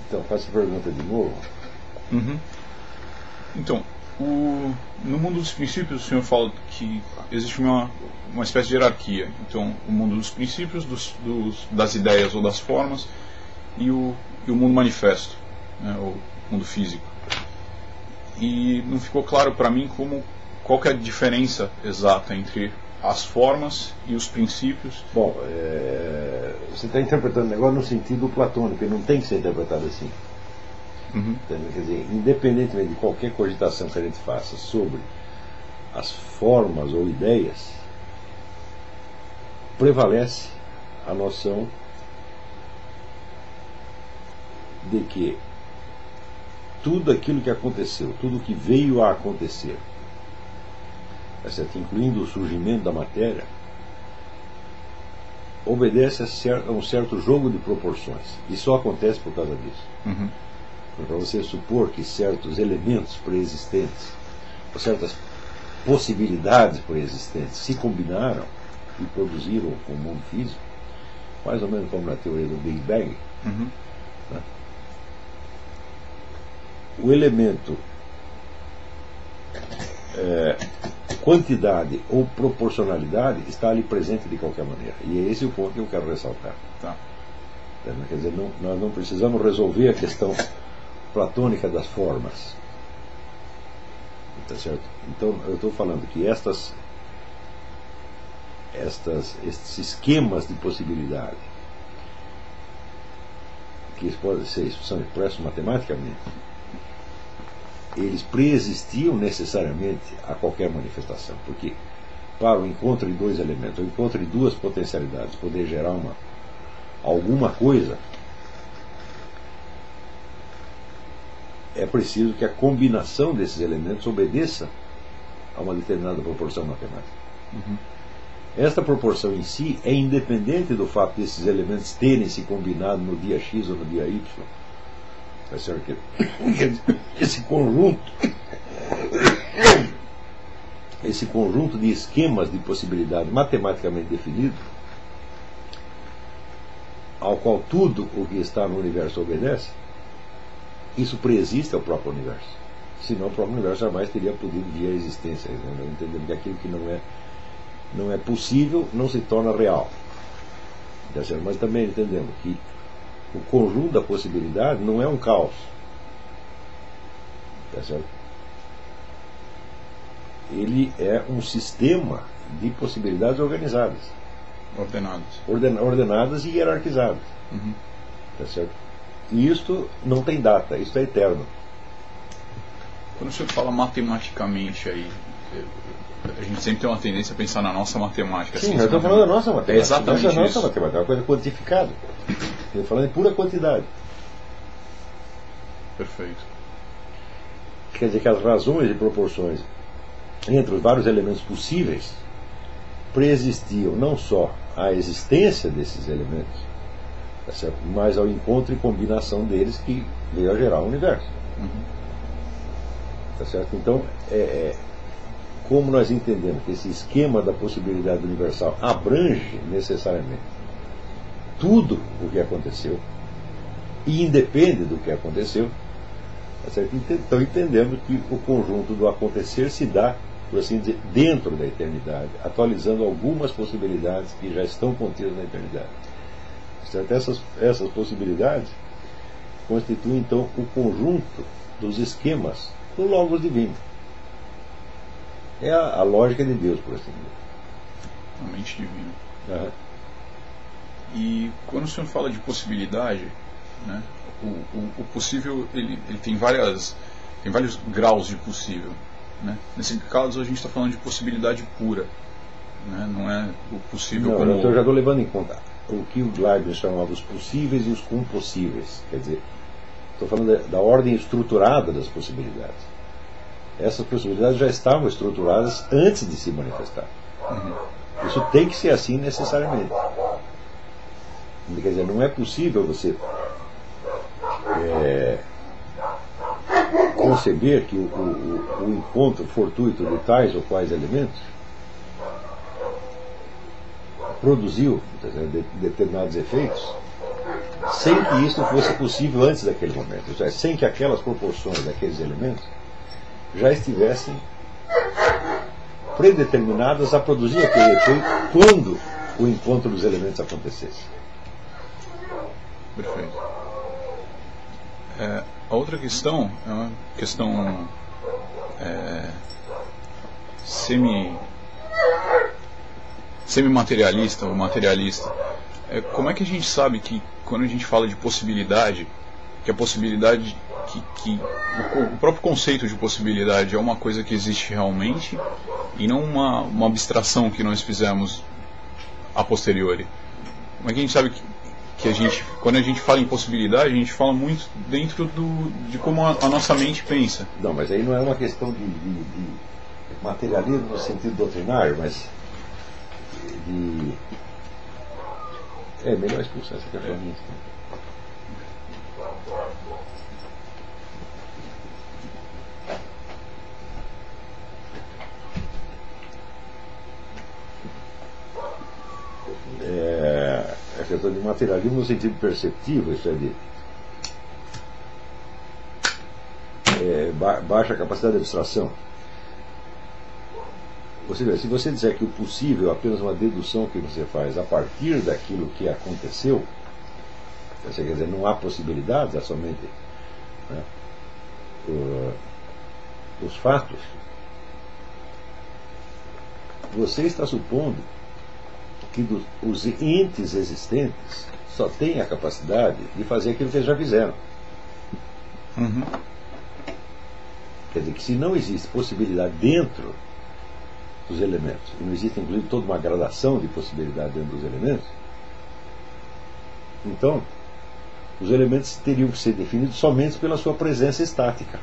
Então, faça a pergunta de novo. Uhum. Então, no mundo dos princípios, o senhor fala que existe uma espécie de hierarquia. Então, o mundo dos princípios, das ideias ou das formas, e o mundo manifesto, né, o mundo físico. E não ficou claro para mim qual que é a diferença exata entre as formas e os princípios. Bom, você está interpretando o negócio no sentido platônico, e não tem que ser interpretado assim. Uhum. Quer dizer, independentemente de qualquer cogitação que a gente faça sobre as formas ou ideias, prevalece a noção de que tudo aquilo que aconteceu, tudo que veio a acontecer, incluindo o surgimento da matéria, obedece a um certo jogo de proporções, e só acontece por causa disso. Uhum. Para você supor que certos elementos preexistentes, ou certas possibilidades preexistentes, se combinaram e produziram o mundo físico, mais ou menos como na teoria do Big Bang, uhum, né? O elemento quantidade ou proporcionalidade está ali presente de qualquer maneira. E é esse o ponto que eu quero ressaltar. Tá. Quer dizer, nós não precisamos resolver a questão platônica das formas. Tá certo? Então, eu estou falando que estes esquemas de possibilidade, que são expressos matematicamente, eles preexistiam necessariamente a qualquer manifestação, porque para o encontro de dois elementos, o encontro de duas potencialidades poder gerar alguma coisa, é preciso que a combinação desses elementos obedeça a uma determinada proporção matemática. uhum. Esta proporção em si é independente do fato desses elementos terem se combinado no dia X ou no dia Y. Vai ser que esse conjunto de esquemas de possibilidade matematicamente definido, ao qual tudo o que está no universo obedece, isso preexiste ao próprio universo. Senão o próprio universo jamais teria podido vir à existência. Entendendo que aquilo que não é possível não se torna real. Mas também entendendo que o conjunto da possibilidade não é um caos. Tá certo? Ele é um sistema de possibilidades organizadas. Ordenadas e hierarquizadas. Uhum. Tá certo? E isto não tem data, isto é eterno. Quando o senhor fala matematicamente aí, a gente sempre tem uma tendência a pensar na nossa matemática. Sim, eu estou falando da nossa matemática. É exatamente essa é a nossa isso. matemática, é uma coisa quantificada. Estou falando em pura quantidade. Perfeito. Quer dizer que as razões e proporções entre os vários elementos possíveis preexistiam não só a existência desses elementos, tá certo? Mas ao encontro e combinação deles que veio a gerar o universo. Uhum. Tá certo? Então, como nós entendemos que esse esquema da possibilidade universal abrange necessariamente tudo o que aconteceu e independe do que aconteceu, tá certo? Então entendemos que o conjunto do acontecer se dá, por assim dizer, dentro da eternidade, atualizando algumas possibilidades que já estão contidas na eternidade. Certo? Essas possibilidades constituem então o conjunto dos esquemas do Logos divino. É a lógica de Deus, por assim dizer. A mente divina. Uhum. E quando o senhor fala de possibilidade, né, o possível ele tem vários graus de possível. Né? Nesse caso a gente está falando de possibilidade pura, né? Não é o possível como... Eu já estou levando em conta o que o Leibniz chamava os possíveis e os impossíveis. Quer dizer, estou falando da ordem estruturada das possibilidades. Essas possibilidades já estavam estruturadas antes de se manifestar. Uhum. Isso tem que ser assim necessariamente. Quer dizer, não é possível você conceber que o encontro fortuito de tais ou quais elementos produziu determinados efeitos sem que isso fosse possível antes daquele momento, ou seja, sem que aquelas proporções daqueles elementos já estivessem predeterminadas a produzir aquele efeito quando o encontro dos elementos acontecesse. Perfeito. A outra questão é uma questão semi-materialista ou materialista. Como é que a gente sabe que, quando a gente fala de possibilidade, que a possibilidade, que o próprio conceito de possibilidade é uma coisa que existe realmente e não uma abstração que nós fizemos a posteriori? Como é que a gente sabe que a gente, quando a gente fala em possibilidade, a gente fala muito dentro de como a nossa mente pensa? Não, mas aí não é uma questão de materialismo no sentido doutrinário, mas é melhor expulsar essa questão. A questão de materialismo no sentido perceptivo, isso é de baixa capacidade de abstração. Ou seja, se você disser que o possível é apenas uma dedução que você faz a partir daquilo que aconteceu, quer dizer, não há possibilidades, há somente, né, os fatos, você está supondo que os entes existentes só têm a capacidade de fazer aquilo que eles já fizeram. Uhum. Quer dizer que se não existe possibilidade dentro dos elementos, e não existe inclusive toda uma gradação de possibilidade dentro dos elementos, então os elementos teriam que ser definidos somente pela sua presença estática.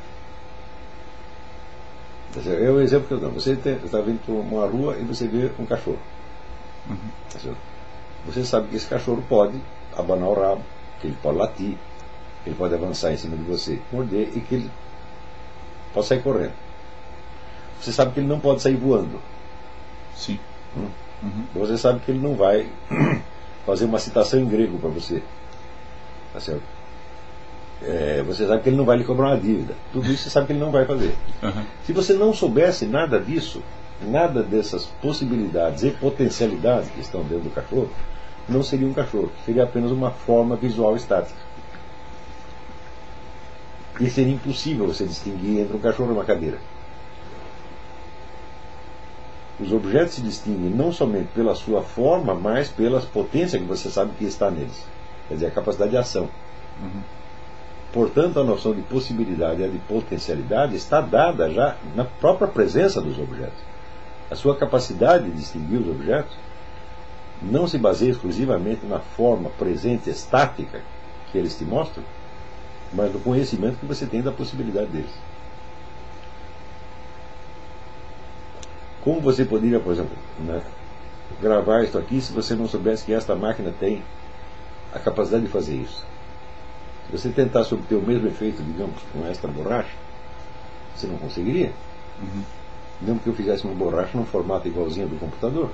É o exemplo que eu dou. Você está vindo por uma rua e você vê um cachorro. Uhum. Você sabe que esse cachorro pode abanar o rabo, que ele pode latir, que ele pode avançar em cima de você, morder, e que ele pode sair correndo. Você sabe que ele não pode sair voando. Sim. Uhum. Você sabe que ele não vai fazer uma citação em grego para você. Tá certo? Você sabe que ele não vai lhe cobrar uma dívida. Tudo isso você sabe que ele não vai fazer. Uhum. Se você não soubesse nada disso, nada dessas possibilidades e potencialidades que estão dentro do cachorro, não seria um cachorro, seria apenas uma forma visual estática. E seria impossível você distinguir entre um cachorro e uma cadeira. Os objetos se distinguem não somente pela sua forma, mas pela potência que você sabe que está neles. Quer dizer, a capacidade de ação. Uhum. Portanto, a noção de possibilidade e a de potencialidade está dada já na própria presença dos objetos. A sua capacidade de distinguir os objetos não se baseia exclusivamente na forma presente estática que eles te mostram, mas no conhecimento que você tem da possibilidade deles. Como você poderia, por exemplo, né, gravar isso aqui se você não soubesse que esta máquina tem a capacidade de fazer isso? Se você tentasse obter o mesmo efeito, digamos, com esta borracha, você não conseguiria. Uhum. Mesmo que eu fizesse uma borracha num formato igualzinho do computador.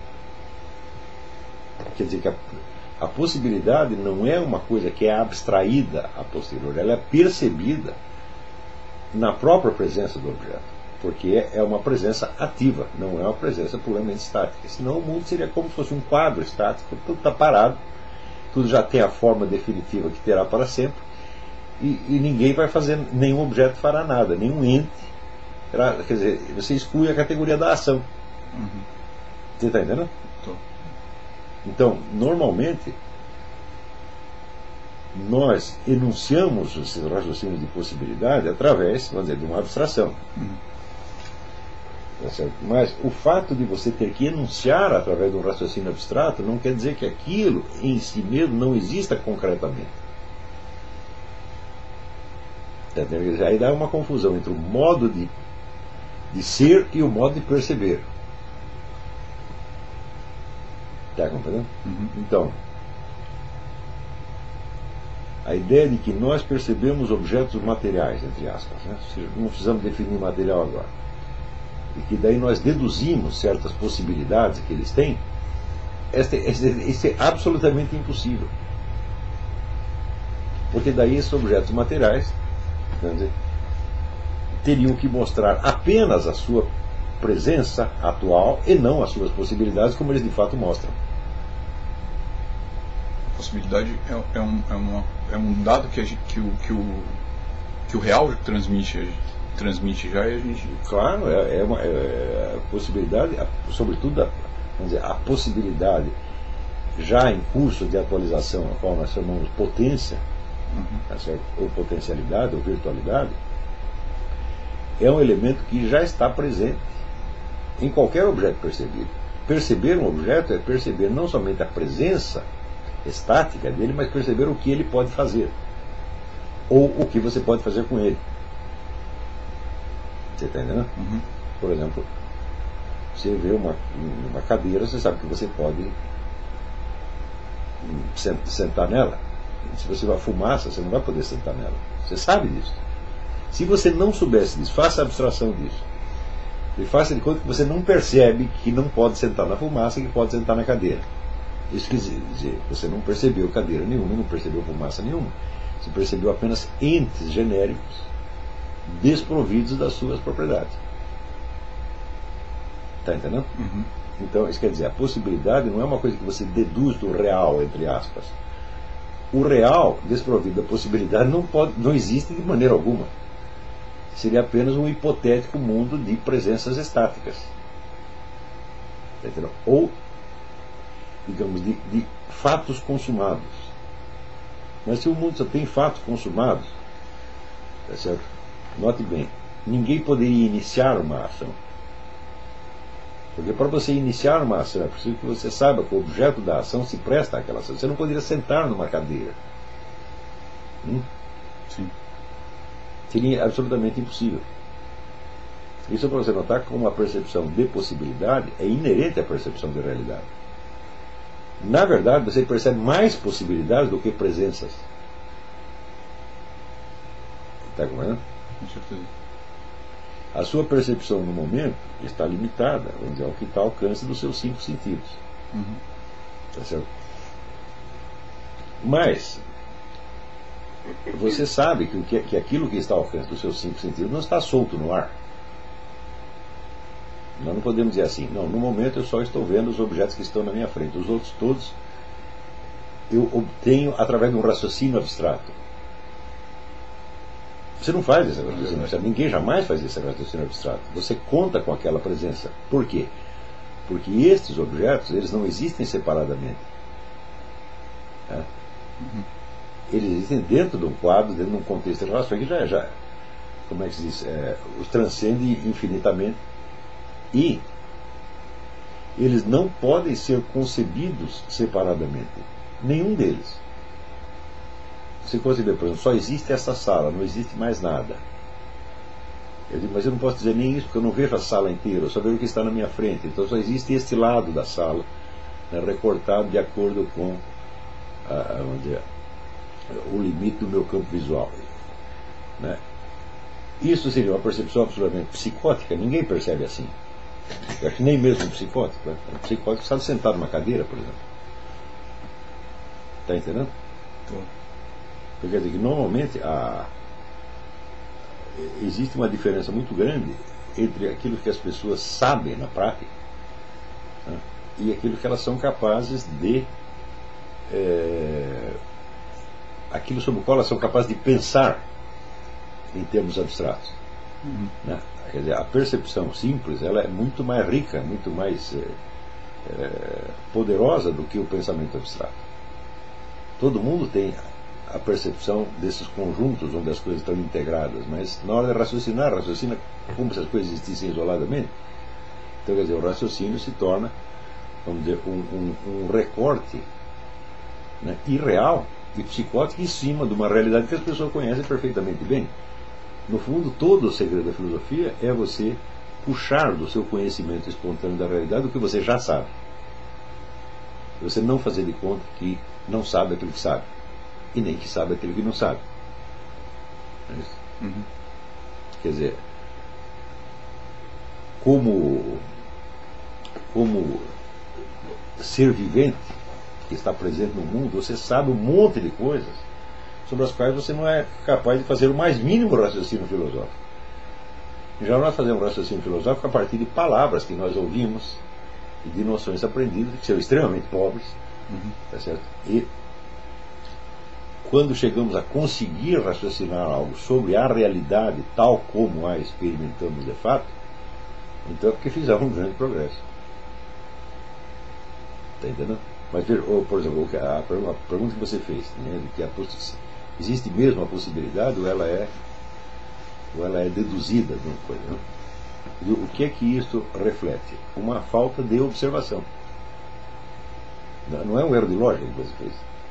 Quer dizer que a possibilidade não é uma coisa que é abstraída a posteriori, ela é percebida na própria presença do objeto. Porque é uma presença ativa, não é uma presença puramente estática. Senão o mundo seria como se fosse um quadro estático, tudo está parado, tudo já tem a forma definitiva que terá para sempre, e ninguém vai fazer, nenhum objeto fará nada, nenhum ente. Quer dizer, você exclui a categoria da ação. Uhum. Você está entendendo? Tô. Então, normalmente, nós enunciamos esses raciocínios de possibilidade através, vamos dizer, de uma abstração. Uhum. Mas o fato de você ter que enunciar através de um raciocínio abstrato não quer dizer que aquilo em si mesmo não exista concretamente. Aí dá uma confusão entre o modo de ser e o modo de perceber. Está compreendendo? Uhum. Então, a ideia de que nós percebemos objetos materiais, entre aspas, né? Não precisamos definir material agora, e que daí nós deduzimos certas possibilidades que eles têm, isso é absolutamente impossível. Porque daí esses objetos materiais, quer dizer, teriam que mostrar apenas a sua presença atual e não as suas possibilidades, como eles de fato mostram. A possibilidade é um dado que o real transmite já, e a gente... Claro, é a possibilidade, sobretudo vamos dizer, a possibilidade já em curso de atualização, a qual nós chamamos potência, tá certo? Ou potencialidade, ou virtualidade, é um elemento que já está presente em qualquer objeto percebido. Perceber um objeto é perceber não somente a presença estática dele, mas perceber o que ele pode fazer, ou o que você pode fazer com ele. Você está entendendo? Por exemplo, você vê uma cadeira, você sabe que você pode sentar nela. Se você vai fumaça, você não vai poder sentar nela. Você sabe disso. Se você não soubesse disso, faça a abstração disso. E faça de conta que você não percebe que não pode sentar na fumaça e que pode sentar na cadeira. Isso quer dizer, você não percebeu cadeira nenhuma, não percebeu fumaça nenhuma. Você percebeu apenas entes genéricos desprovidos das suas propriedades. Está entendendo? Então, isso quer dizer, a possibilidade não é uma coisa que você deduz do real, entre aspas. O real, desprovido da possibilidade, não existe de maneira alguma. Seria apenas um hipotético mundo de presenças estáticas. Está entendendo? Ou, digamos, de fatos consumados. Mas se o mundo só tem fatos consumados, tá certo? Note bem, ninguém poderia iniciar uma ação. Porque para você iniciar uma ação é preciso que você saiba que o objeto da ação se presta àquela ação. Você não poderia sentar numa cadeira. Sim. Seria absolutamente impossível. Isso é para você notar como a percepção de possibilidade é inerente à percepção de realidade. Na verdade, você percebe mais possibilidades do que presenças. Está compreendendo? Com certeza. A sua percepção no momento está limitada, vamos dizer, ao que está ao alcance dos seus 5 sentidos. Tá certo? Mas você sabe que aquilo que está ao alcance dos seus 5 sentidos não está solto no ar. Nós não podemos dizer assim, não, no momento eu só estou vendo os objetos que estão na minha frente, os outros todos eu obtenho através de um raciocínio abstrato. Você não faz esse raciocínio abstrato, ninguém jamais faz esse raciocínio abstrato. Você conta com aquela presença. Por quê? Porque estes objetos, eles não existem separadamente. Eles existem dentro de um quadro, dentro de um contexto de relação que já como é que se diz, os transcende infinitamente. E eles não podem ser concebidos separadamente. Nenhum deles. Você conceber, por exemplo, só existe essa sala, não existe mais nada. Eu digo, mas eu não posso dizer nem isso, porque eu não vejo a sala inteira, eu só vejo o que está na minha frente. Então só existe este lado da sala, né, recortado de acordo com vamos dizer, o limite do meu campo visual. Né? Isso seria uma percepção absolutamente psicótica, ninguém percebe assim. Eu acho que nem mesmo um psicótico. Né? Um psicótico sabe sentar numa cadeira, por exemplo. Está entendendo? Quer dizer que normalmente existe uma diferença muito grande entre aquilo que as pessoas sabem na prática, né, e aquilo que elas são capazes de aquilo sobre o qual elas são capazes de pensar em termos abstratos. Né? Quer dizer, a percepção simples ela é muito mais rica, muito mais poderosa do que o pensamento abstrato. Todo mundo tem a percepção desses conjuntos onde as coisas estão integradas, mas na hora de raciocina como se as coisas existissem isoladamente. Então, quer dizer, o raciocínio se torna, vamos dizer, um recorte, né, irreal e psicótico em cima de uma realidade que as pessoas conhecem perfeitamente bem. No fundo, todo o segredo da filosofia é você puxar do seu conhecimento espontâneo da realidade o que você já sabe. Você não fazer de conta que não sabe aquilo que sabe. E nem que sabe aquilo que não sabe. É isso? Quer dizer, como ser vivente que está presente no mundo, você sabe um monte de coisas sobre as quais você não é capaz de fazer o mais mínimo raciocínio filosófico. Já nós fazemos raciocínio filosófico a partir de palavras que nós ouvimos e de noções aprendidas que são extremamente pobres, tá certo? E quando chegamos a conseguir raciocinar algo sobre a realidade tal como a experimentamos de fato, então é porque fizemos um grande progresso. Está entendendo? Mas, por exemplo, a pergunta que você fez, né, de que existe mesmo a possibilidade ou ela é deduzida de uma coisa, né? E o que é que isso reflete? Uma falta de observação. Não é um erro de lógica que você fez.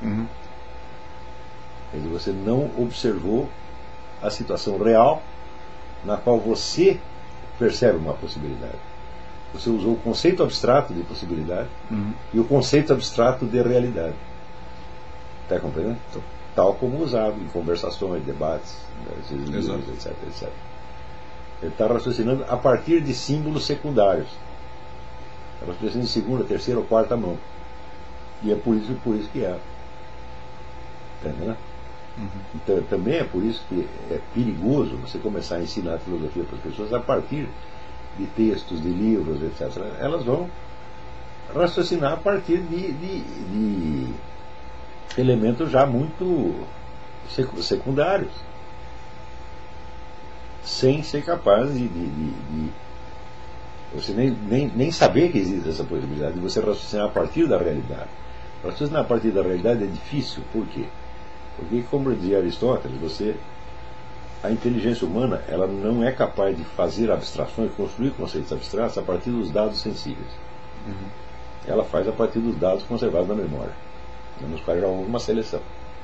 Quer dizer, você não observou a situação real na qual você percebe uma possibilidade. Você usou o conceito abstrato de possibilidade e o conceito abstrato de realidade. Está compreendendo? Tal como usado em conversações, debates, livros, etc, etc. Ele está raciocinando a partir de símbolos secundários. Está raciocinando em segunda, terceira ou quarta mão. E é por isso que é. Está entendendo? Então, também é por isso que é perigoso você começar a ensinar a filosofia para as pessoas a partir de textos, de livros, etc. Elas vão raciocinar a partir de elementos já muito secundários, sem ser capaz de você nem saber que existe essa possibilidade de você raciocinar a partir da realidade. Raciocinar a partir da realidade é difícil. Por quê? Porque, como dizia Aristóteles, a inteligência humana ela não é capaz de fazer abstrações, construir conceitos abstratos a partir dos dados sensíveis. Ela faz a partir dos dados conservados na memória, nos quais já houve uma seleção.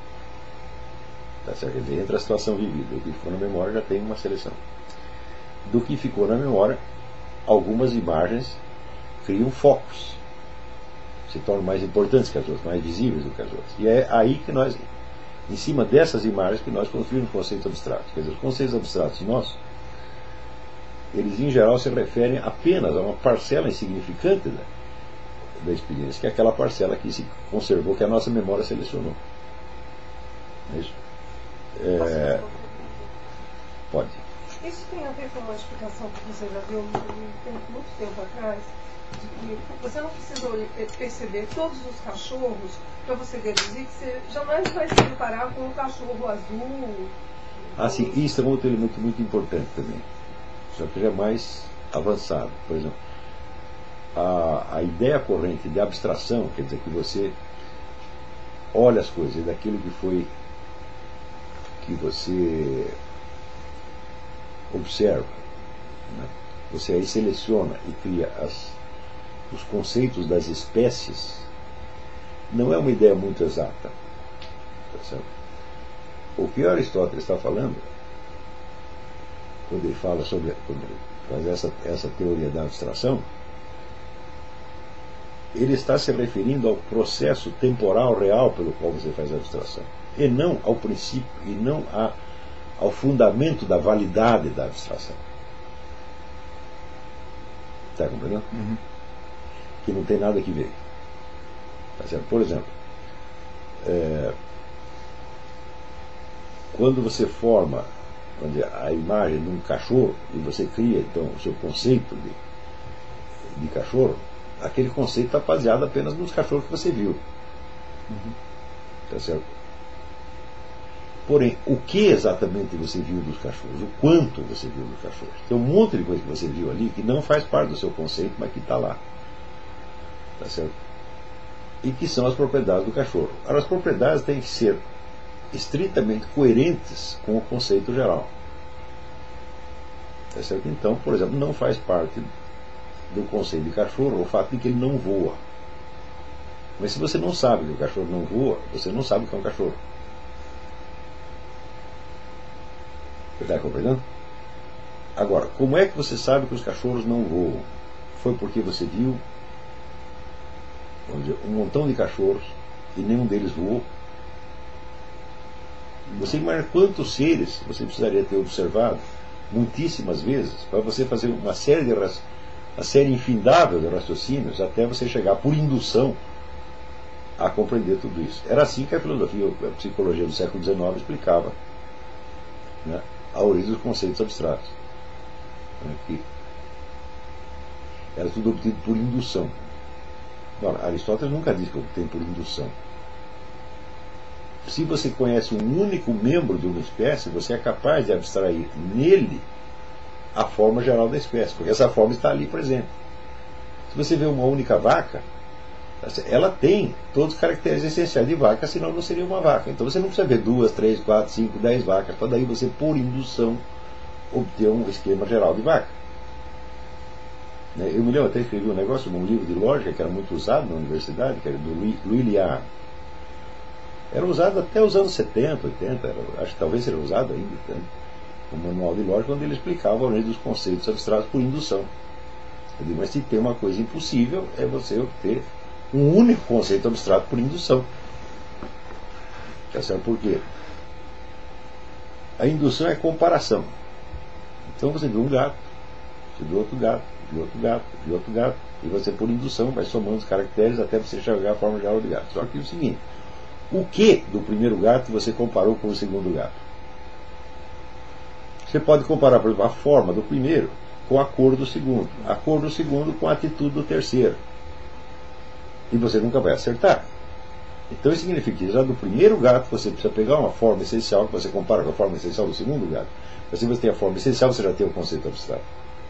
Tá certo? Quer dizer, entre a situação vivida e o que ficou na memória já tem uma seleção. Do que ficou na memória, algumas imagens criam focos, se tornam mais importantes que as outras, mais visíveis do que as outras. E é aí que nós, em cima dessas imagens, que nós construímos conceitos abstratos. Quer dizer, os conceitos abstratos nossos, eles em geral se referem apenas a uma parcela insignificante da experiência, que é aquela parcela que se conservou, que a nossa memória selecionou. É isso? Pode. Isso tem a ver com uma explicação que você já deu muito tempo atrás, de que você não precisa perceber todos os cachorros para você deduzir que você jamais vai se deparar com um cachorro azul. Sim, isso é um outro elemento muito importante também, só que já é mais avançado. Por exemplo, a ideia corrente de abstração, quer dizer que você olha as coisas daquilo que você observa, né? Você aí seleciona e cria os conceitos das espécies. Não é uma ideia muito exata, tá certo? O que Aristóteles está falando, quando ele fala sobre, quando ele faz essa teoria da abstração, ele está se referindo ao processo temporal real pelo qual você faz a abstração, e não ao princípio, e não ao fundamento da validade da abstração. Está compreendendo? Que não tem nada que ver. Tá certo? Por exemplo, quando você forma a imagem de um cachorro e você cria então o seu conceito de cachorro, aquele conceito está baseado apenas nos cachorros que você viu. Tá certo? Porém, o que exatamente você viu dos cachorros? O quanto você viu dos cachorros? Tem um monte de coisa que você viu ali que não faz parte do seu conceito, mas que está lá. Tá certo? E que são as propriedades do cachorro. As propriedades têm que ser estritamente coerentes com o conceito geral. Tá certo? Então, por exemplo, não faz parte do conceito de cachorro o fato de que ele não voa. Mas se você não sabe que o cachorro não voa, você não sabe que é um cachorro. Está compreendendo? Agora, como é que você sabe que os cachorros não voam? Foi porque você viu, vamos dizer, um montão de cachorros e nenhum deles voou? Você imagina quantos seres você precisaria ter observado muitíssimas vezes para você fazer uma série infindável de raciocínios até você chegar por indução a compreender tudo isso. Era assim que a filosofia, a psicologia do século XIX explicava, né, a origem dos conceitos abstratos, né, que era tudo obtido por indução. Ora, Aristóteles nunca disse que obtém por indução. Se você conhece um único membro de uma espécie, você é capaz de abstrair nele a forma geral da espécie, porque essa forma está ali presente. Se você vê uma única vaca, ela tem todos os caracteres essenciais de vaca, senão não seria uma vaca. Então você não precisa ver 2, 3, 4, 5, 10 vacas, para daí você, por indução, obter um esquema geral de vaca. Eu me lembro, até escrevi um negócio num livro de lógica que era muito usado na universidade, que era do Louis Liard. Era usado até os anos 70, 80, acho que talvez seja usado ainda, né? Um manual de lógica onde ele explicava a origem dos conceitos abstratos por indução. Eu digo, mas se tem uma coisa impossível, é você obter um único conceito abstrato por indução. Sabe por quê? A indução é comparação. Então você viu um gato, você viu outro gato, viu outro gato, viu outro gato, e você, por indução, vai somando os caracteres até você chegar à forma geral do gato. Só que é o seguinte: o que do primeiro gato você comparou com o segundo gato? Você pode comparar, por exemplo, a forma do primeiro com a cor do segundo, a cor do segundo com a atitude do terceiro, e você nunca vai acertar. Então isso significa que já do primeiro gato você precisa pegar uma forma essencial que você compara com a forma essencial do segundo gato. Mas se você tem a forma essencial, você já tem o conceito abstrato.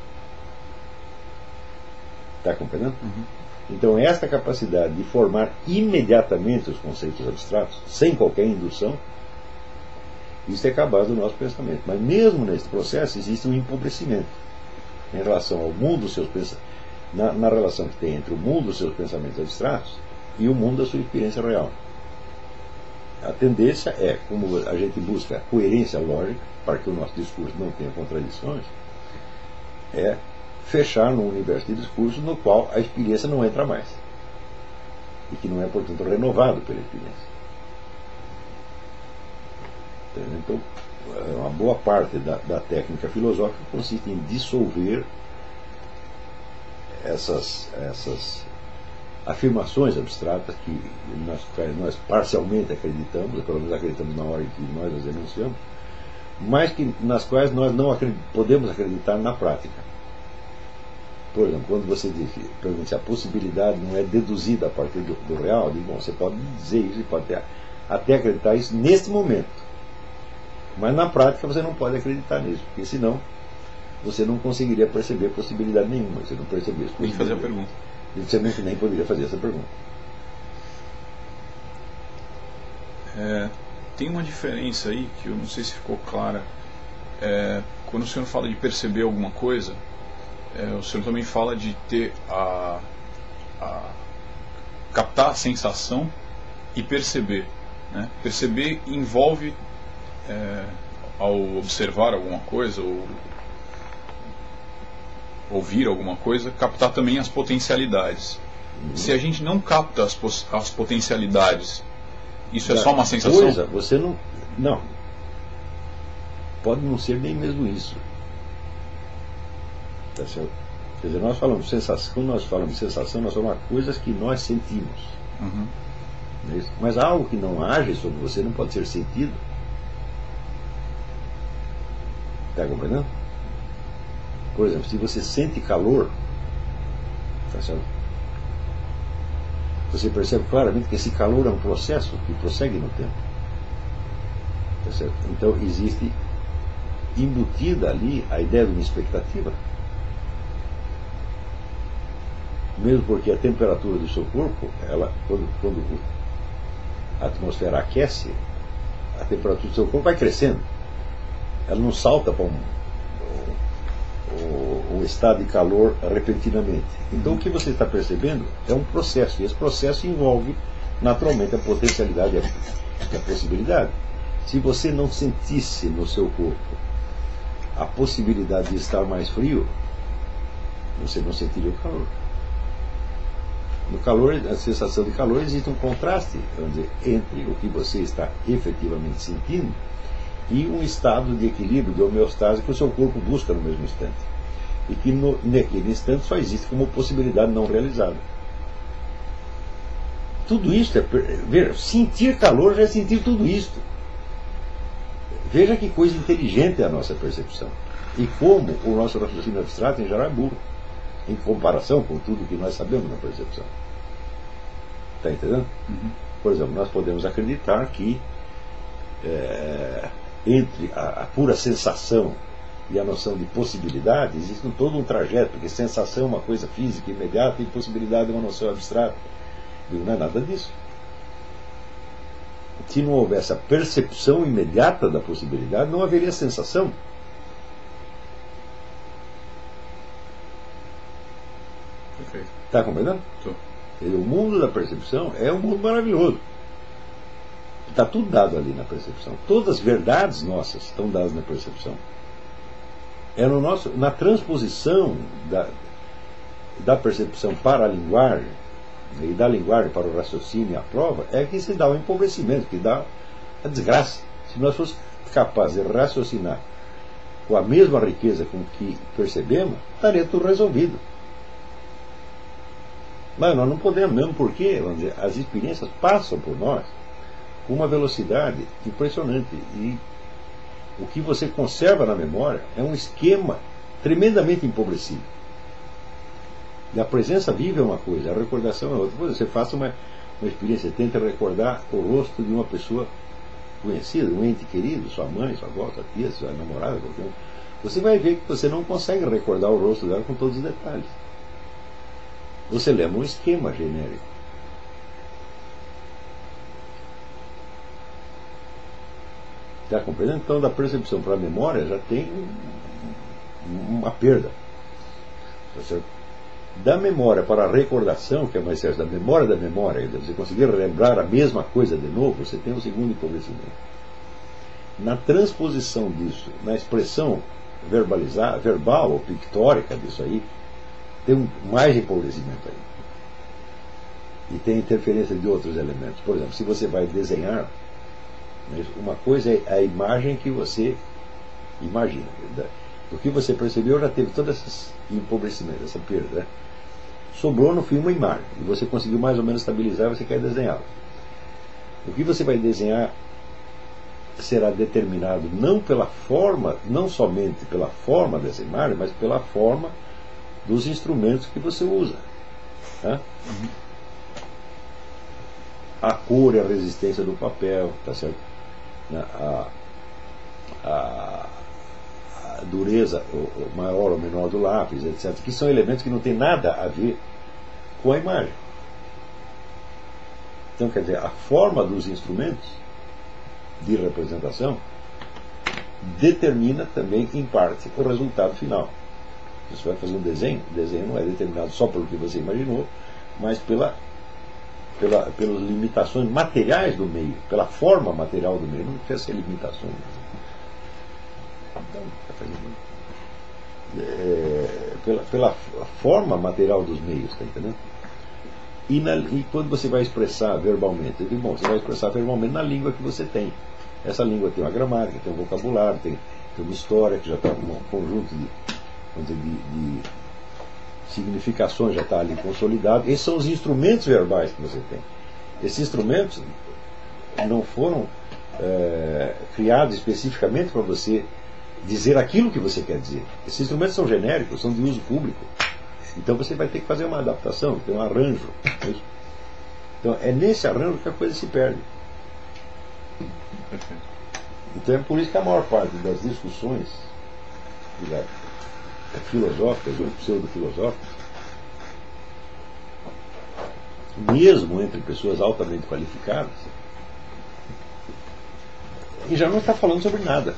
Está compreendendo? Uhum. Então esta capacidade de formar imediatamente os conceitos abstratos, sem qualquer indução, isso é a base do nosso pensamento. Mas mesmo nesse processo existe um empobrecimento em relação ao mundo dos seus pensamentos, na relação que tem entre o mundo dos seus pensamentos abstratos e o mundo da sua experiência real. A tendência é, como a gente busca coerência lógica, para que o nosso discurso não tenha contradições, é fechar num universo de discurso no qual a experiência não entra mais. E que não é, portanto, renovado pela experiência. Então, uma boa parte da técnica filosófica consiste em dissolver essas afirmações abstratas nós parcialmente acreditamos, ou pelo menos acreditamos na hora em que nós as enunciamos, mas nas quais nós não podemos acreditar na prática. Por exemplo, quando você diz que a possibilidade não é deduzida a partir do real, eu digo, bom, você pode dizer isso e pode até acreditar isso neste momento. Mas na prática você não pode acreditar nisso, porque senão você não conseguiria perceber possibilidade nenhuma. Você não percebia isso. Tem que fazer a pergunta. E você nem poderia fazer essa pergunta. Tem uma diferença aí que eu não sei se ficou clara. Quando o senhor fala de perceber alguma coisa, o senhor também fala de ter captar a sensação e perceber, né? Perceber envolve, ao observar alguma coisa ou ouvir alguma coisa, captar também as potencialidades. Se a gente não capta as potencialidades, isso é só uma sensação? Coisa, você não. Pode não ser nem mesmo isso. Tá certo? Quer dizer, nós falamos de sensação, quando nós falamos de sensação, nós falamos de coisas que nós sentimos. Uhum. Não é isso? Mas algo que não age sobre você não pode ser sentido. Está compreendendo? Por exemplo, se você sente calor, tá certo? Você percebe claramente que esse calor é um processo que prossegue no tempo. Tá certo? Então existe embutida ali a ideia de uma expectativa. Mesmo porque a temperatura do seu corpo, quando a atmosfera aquece, a temperatura do seu corpo vai crescendo. Ela não salta para um estado de calor repentinamente. Então o que você está percebendo é um processo, e esse processo envolve naturalmente a potencialidade e a possibilidade. Se você não sentisse no seu corpo a possibilidade de estar mais frio, você não sentiria o calor. No calor, a sensação de calor, existe um contraste, vamos dizer, entre o que você está efetivamente sentindo e um estado de equilíbrio, de homeostase que o seu corpo busca no mesmo instante. E que naquele instante só existe como possibilidade não realizada. tudo isso veja, sentir calor já é sentir tudo isto. Veja que coisa inteligente é a nossa percepção. E como o nosso raciocínio abstrato em geral é burro, em comparação com tudo que nós sabemos na percepção. Está entendendo? Uhum. Por exemplo, nós podemos acreditar que entre a pura sensação e a noção de possibilidade existe todo um trajeto, porque sensação é uma coisa física imediata e possibilidade é uma noção abstrata. Não é nada disso. Se não houvesse a percepção imediata da possibilidade, não haveria sensação. Perfeito. Está compreendendo? Estou. O mundo da percepção é um mundo maravilhoso. Está tudo dado ali na percepção. Todas as verdades nossas estão dadas na percepção. É na transposição da percepção para a linguagem, e da linguagem para o raciocínio e a prova, é que se dá o empobrecimento, que dá a desgraça. Se nós fôssemos capazes de raciocinar com a mesma riqueza com que percebemos, estaria tudo resolvido. Mas nós não podemos, mesmo porque, vamos dizer, as experiências passam por nós com uma velocidade impressionante. E o que você conserva na memória é um esquema tremendamente empobrecido. E a presença viva é uma coisa, a recordação é outra. Depois você faça uma experiência, tenta recordar o rosto de uma pessoa conhecida, um ente querido, sua mãe, sua avó, sua tia, sua namorada, qualquer um. Você vai ver que você não consegue recordar o rosto dela com todos os detalhes. Você lembra um esquema genérico. Está compreendendo? Então, da percepção para a memória já tem uma perda. Da memória para a recordação, que é mais certo, da memória, você conseguir lembrar a mesma coisa de novo, você tem um segundo empobrecimento. Na transposição disso, na expressão verbal ou pictórica disso aí, tem mais empobrecimento aí. E tem interferência de outros elementos. Por exemplo, se você vai desenhar, uma coisa é a imagem que você imagina. O que você percebeu já teve todo esse empobrecimento, essa perda. Né? Sobrou no fim uma imagem. E você conseguiu mais ou menos estabilizar e você quer desenhá-la. O que você vai desenhar será determinado não pela forma, não somente pela forma dessa imagem, mas pela forma dos instrumentos que você usa. Tá? A cor e a resistência do papel, tá certo? A dureza maior ou menor do lápis, etc., que são elementos que não têm nada a ver com a imagem. Então, quer dizer, a forma dos instrumentos de representação determina também, em parte, o resultado final. Você vai fazer um desenho, o desenho não é determinado só pelo que você imaginou, mas pelas limitações materiais do meio, pela forma material do meio. Não precisa ser limitações. Pela forma material dos meios, está entendendo? E quando você vai expressar verbalmente, bom, você vai expressar verbalmente na língua que você tem. Essa língua tem uma gramática, tem um vocabulário, tem uma história que já está um conjunto de significações já está ali consolidado. Esses são os instrumentos verbais que você tem. Esses instrumentos não foram criados especificamente para você dizer aquilo que você quer dizer. Esses instrumentos são genéricos, são de uso público. Então você vai ter que fazer uma adaptação, ter um arranjo. Então é nesse arranjo que a coisa se perde. Então é por isso que a maior parte das discussões filosóficas ou pseudo-filosóficas, mesmo entre pessoas altamente qualificadas, e já não está falando sobre nada.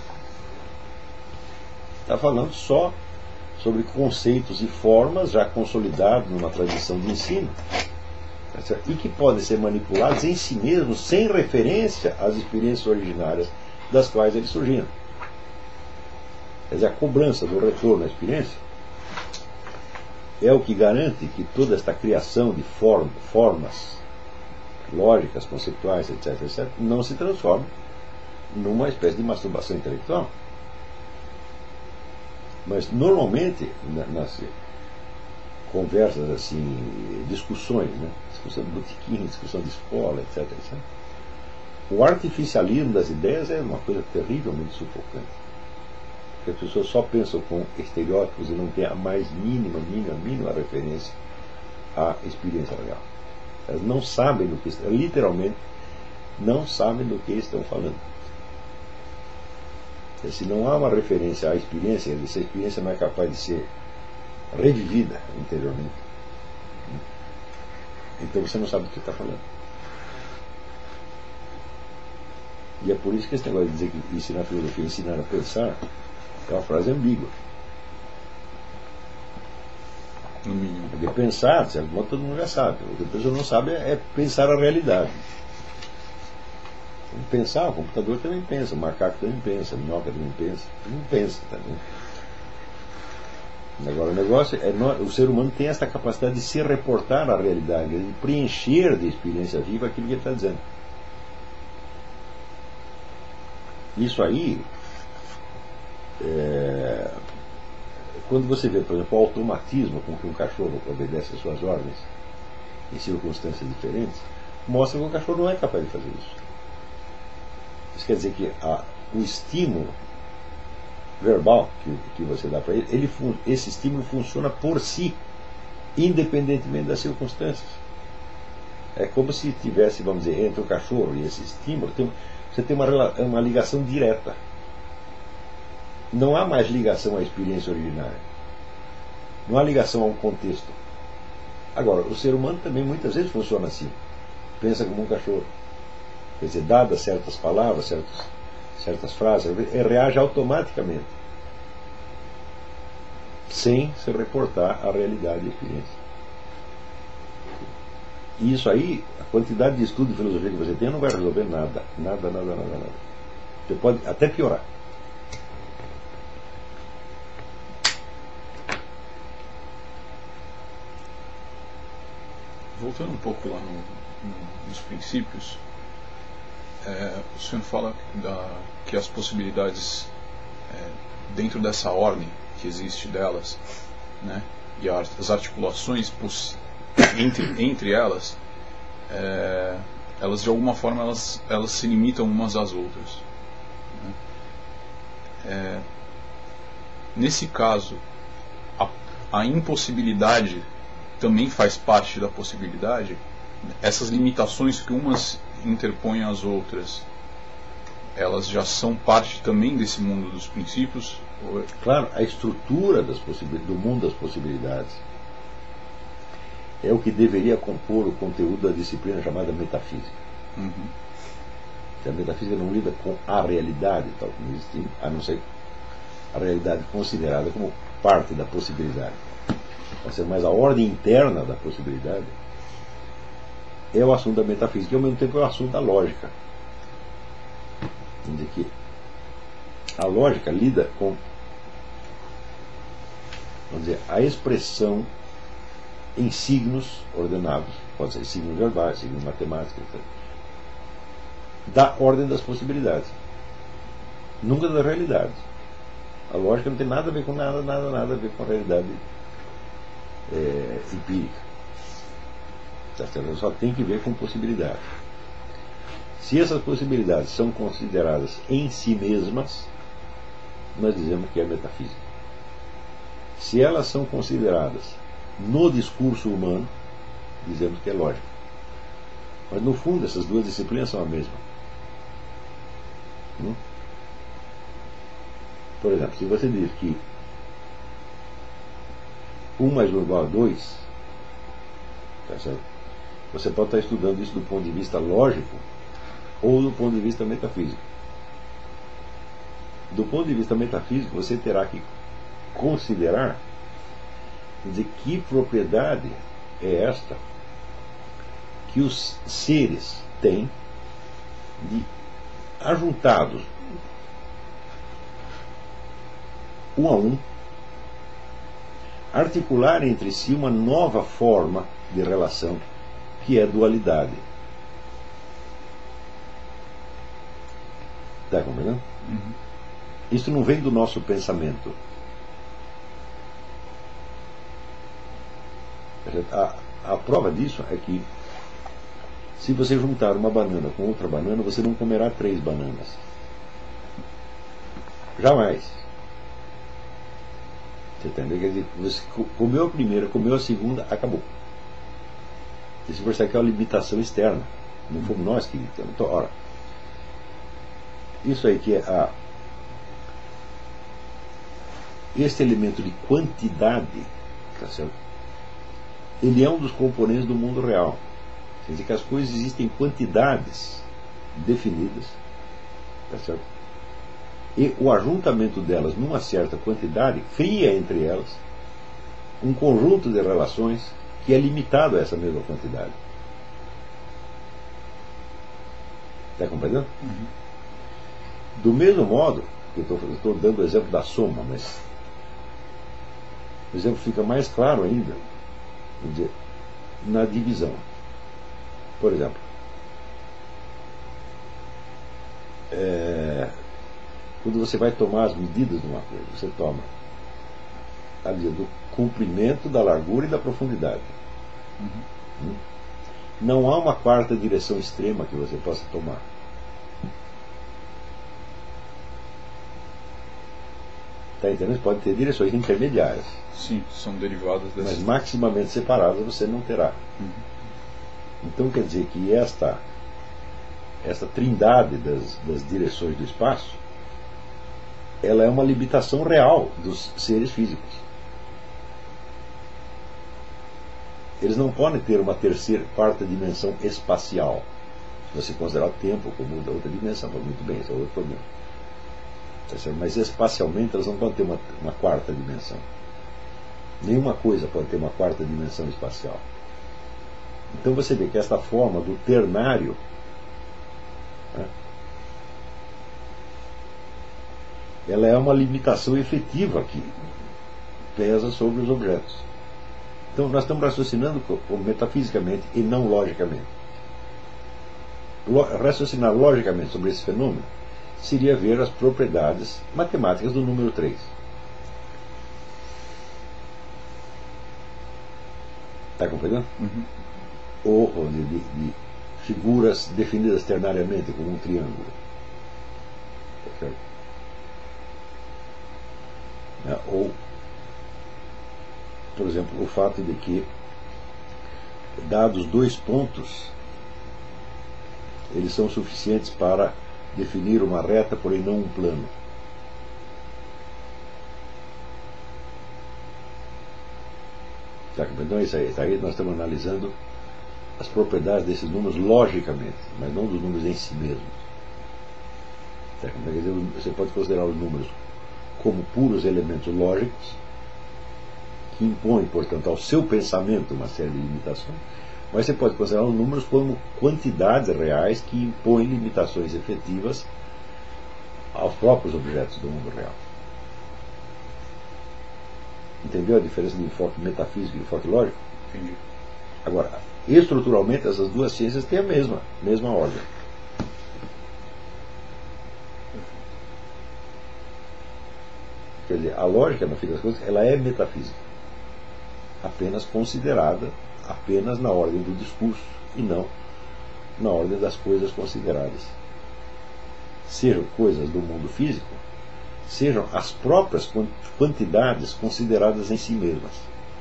Está falando só sobre conceitos e formas já consolidados numa tradição de ensino, e que podem ser manipulados em si mesmos sem referência às experiências originárias das quais eles surgiram. Quer dizer, a cobrança do retorno à experiência é o que garante que toda esta criação de formas lógicas, conceituais, etc., não se transforme numa espécie de masturbação intelectual. Mas normalmente, conversas assim, discussões, né? Discussão de botequim, discussão de escola, etc, etc. O artificialismo das ideias é uma coisa terrivelmente sufocante. Porque as pessoas só pensam com estereótipos e não têm a mais mínima referência à experiência real. Elas não sabem do que literalmente não sabem do que estão falando. Se não há uma referência à experiência, se a experiência não é capaz de ser revivida interiormente, então você não sabe do que está falando. E é por isso que esse negócio de dizer que ensinar filosofia, ensinar a pensar, é uma frase ambígua. No mínimo. Porque pensar, de certo modo, todo mundo já sabe. O que a pessoa não sabe é pensar a realidade. Pensar, o computador também pensa, o macaco também pensa, a minhoca também pensa, todo mundo pensa também. Agora o negócio é, o ser humano tem essa capacidade de se reportar à realidade, de preencher de experiência viva aquilo que ele está dizendo. Isso aí, quando você vê, por exemplo, o automatismo com que um cachorro obedece às suas ordens em circunstâncias diferentes, mostra que o cachorro não é capaz de fazer isso. Isso quer dizer que o estímulo verbal que você dá para ele, esse estímulo funciona por si, independentemente das circunstâncias. É como se tivesse, vamos dizer, entre o cachorro e esse estímulo, você tem uma ligação direta. Não há mais ligação à experiência originária. Não há ligação a um contexto. Agora, o ser humano também muitas vezes funciona assim. Pensa como um cachorro. Quer dizer, dadas certas palavras, certas frases, reage automaticamente, sem se reportar à realidade e à experiência. E isso aí, a quantidade de estudo de filosofia que você tem não vai resolver nada. Nada. Você pode até piorar. Voltando um pouco lá nos princípios, o senhor fala que as possibilidades dentro dessa ordem que existe delas, né, e as articulações entre elas, elas de alguma forma elas se limitam umas às outras, né? Nesse caso, a impossibilidade também faz parte da possibilidade. Essas limitações que umas interpõem às outras, elas já são parte também desse mundo dos princípios? Claro, a estrutura do mundo das possibilidades é o que deveria compor o conteúdo da disciplina chamada metafísica. Uhum. A metafísica não lida com a realidade, tal como existe, a não ser a realidade considerada como parte da possibilidade. Mas a ordem interna da possibilidade é o assunto da metafísica e ao mesmo tempo é o assunto da lógica. Onde que a lógica lida com, vamos dizer, a expressão em signos ordenados, pode ser signos verbais, signos matemáticos, etc., da ordem das possibilidades, nunca da realidade. A lógica não tem nada a ver com nada a ver com a realidade empírica. Ela só tem que ver com possibilidades. Se essas possibilidades são consideradas em si mesmas, nós dizemos que é metafísica. Se elas são consideradas no discurso humano, dizemos que é lógica. Mas no fundo essas duas disciplinas são a mesma. Por exemplo, se você diz que 1 mais 1 igual a 2, tá certo? Você pode estar estudando isso do ponto de vista lógico ou do ponto de vista metafísico. Do ponto de vista metafísico, você terá que considerar de que propriedade é esta que os seres têm de, ajuntados um a um, articular entre si uma nova forma de relação, que é dualidade. Está compreendendo? Uhum. Isso não vem do nosso pensamento. A prova disso é que, se você juntar uma banana com outra banana, você não comerá 3 bananas. Jamais. Você entendeu? Quer dizer, você comeu a primeira, comeu a segunda, acabou. Isso por isso aqui é uma limitação externa. Não fomos nós que limitamos. Então, ora, isso aí que é este elemento de quantidade, tá certo? Ele é um dos componentes do mundo real. Quer dizer que as coisas existem em quantidades definidas, tá certo? E o ajuntamento delas numa certa quantidade cria entre elas um conjunto de relações que é limitado a essa mesma quantidade. Está compreendendo? Uhum. Do mesmo modo, eu estou dando o exemplo da soma, mas o exemplo fica mais claro ainda, vamos dizer, na divisão. Por exemplo, quando você vai tomar as medidas de uma coisa, você toma a medida do comprimento, da largura e da profundidade. Uhum. Não há uma quarta direção extrema que você possa tomar. Está entendendo? Pode ter direções intermediárias. Sim, são derivadas dessas. Mas maximamente separadas você não terá. Uhum. Então quer dizer que esta trindade das direções do espaço, ela é uma limitação real dos seres físicos. Eles não podem ter uma terceira, quarta dimensão espacial. Se você considerar o tempo como outra dimensão, muito bem, esse é outro problema. Mas espacialmente elas não podem ter uma quarta dimensão. Nenhuma coisa pode ter uma quarta dimensão espacial. Então você vê que esta forma do ternário, né, ela é uma limitação efetiva que pesa sobre os objetos. Então nós estamos raciocinando metafisicamente e não logicamente. Raciocinar logicamente sobre esse fenômeno seria ver as propriedades matemáticas do número 3. Está compreendendo? Uhum. Ou de figuras definidas ternariamente como um triângulo. Okay. Ou, por exemplo, o fato de que, dados 2 pontos, eles são suficientes para definir uma reta, porém não um plano. Tá, então é isso aí. Aí nós estamos analisando as propriedades desses números logicamente, mas não dos números em si mesmos. Tá, quer dizer, você pode considerar os números como puros elementos lógicos, que impõem, portanto, ao seu pensamento uma série de limitações, mas você pode considerar os números como quantidades reais que impõem limitações efetivas aos próprios objetos do mundo real. Entendeu a diferença de enfoque metafísico e enfoque lógico? Entendi. Agora, estruturalmente, essas duas ciências têm a mesma ordem. Quer dizer, a lógica, no fim das coisas, ela é metafísica, apenas considerada apenas na ordem do discurso e não na ordem das coisas consideradas. Sejam coisas do mundo físico, sejam as próprias quantidades consideradas em si mesmas.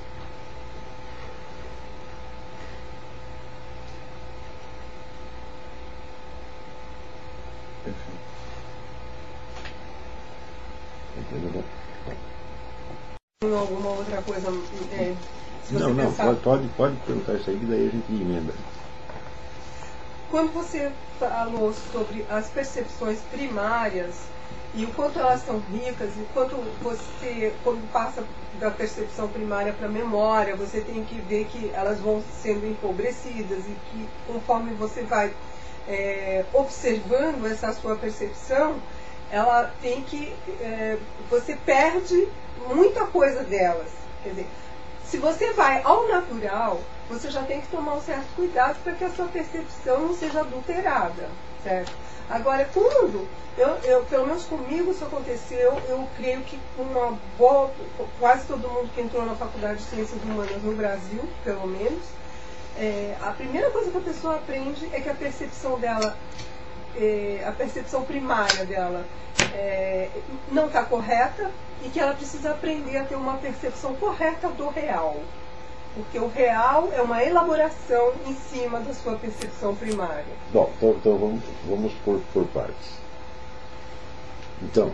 Entendeu? Alguma outra coisa? Não, pode perguntar isso aí, que daí a gente emenda. Quando você falou sobre as percepções primárias e o quanto elas são ricas, e o quanto você, quando passa da percepção primária para a memória, você tem que ver que elas vão sendo empobrecidas e que conforme você vai observando essa sua percepção, ela tem que você perde muita coisa delas. Quer dizer, se você vai ao natural, você já tem que tomar um certo cuidado para que a sua percepção não seja adulterada. Certo? Agora, pelo menos comigo isso aconteceu, eu creio que quase todo mundo que entrou na Faculdade de Ciências Humanas no Brasil, pelo menos, a primeira coisa que a pessoa aprende é que a percepção dela, a percepção primária dela não está correta e que ela precisa aprender a ter uma percepção correta do real. Porque o real é uma elaboração em cima da sua percepção primária. Bom, então vamos por partes. Então,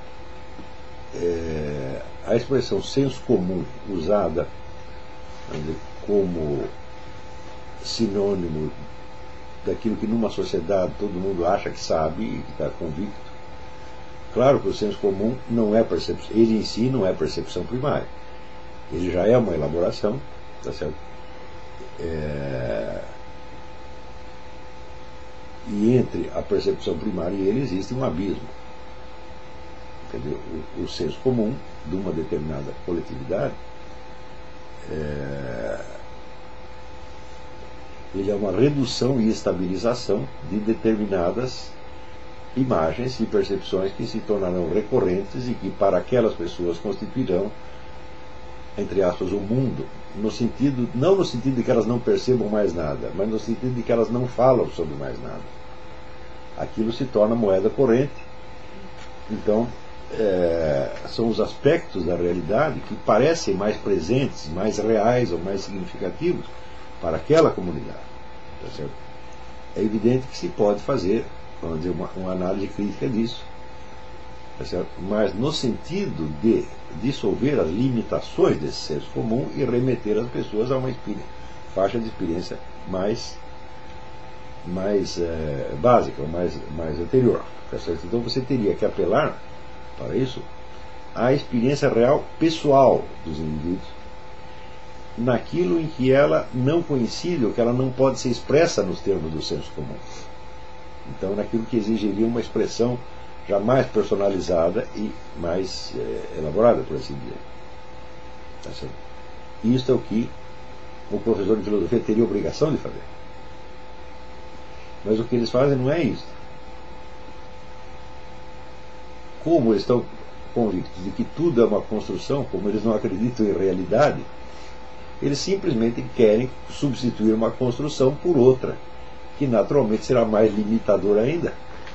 a expressão senso comum usada, vamos dizer, como sinônimo daquilo que numa sociedade todo mundo acha que sabe e que está convicto. Claro que o senso comum não é percepção, ele em si não é percepção primária. Ele já é uma elaboração, tá certo? E entre a percepção primária e ele existe um abismo. Entendeu? O senso comum de uma determinada coletividade ele é uma redução e estabilização de determinadas imagens e percepções que se tornarão recorrentes e que para aquelas pessoas constituirão, entre aspas, o mundo, não no sentido de que elas não percebam mais nada, mas no sentido de que elas não falam sobre mais nada. Aquilo se torna moeda corrente. Então, são os aspectos da realidade que parecem mais presentes, mais reais ou mais significativos para aquela comunidade. Tá certo? É evidente que se pode fazer, vamos dizer, uma análise crítica disso, tá certo? Mas no sentido de dissolver as limitações desse senso comum e remeter as pessoas a uma faixa de experiência mais básica, mais anterior. Tá certo? Então você teria que apelar para isso à experiência real pessoal dos indivíduos, naquilo em que ela não coincide ou que ela não pode ser expressa nos termos do senso comum. Então, naquilo que exigiria uma expressão já mais personalizada e mais elaborada, por assim dizer. Tá certo? Isto é o que o professor de filosofia teria obrigação de fazer. Mas o que eles fazem não é isso. Como eles estão convictos de que tudo é uma construção, como eles não acreditam em realidade, eles simplesmente querem substituir uma construção por outra, que naturalmente será mais limitadora ainda.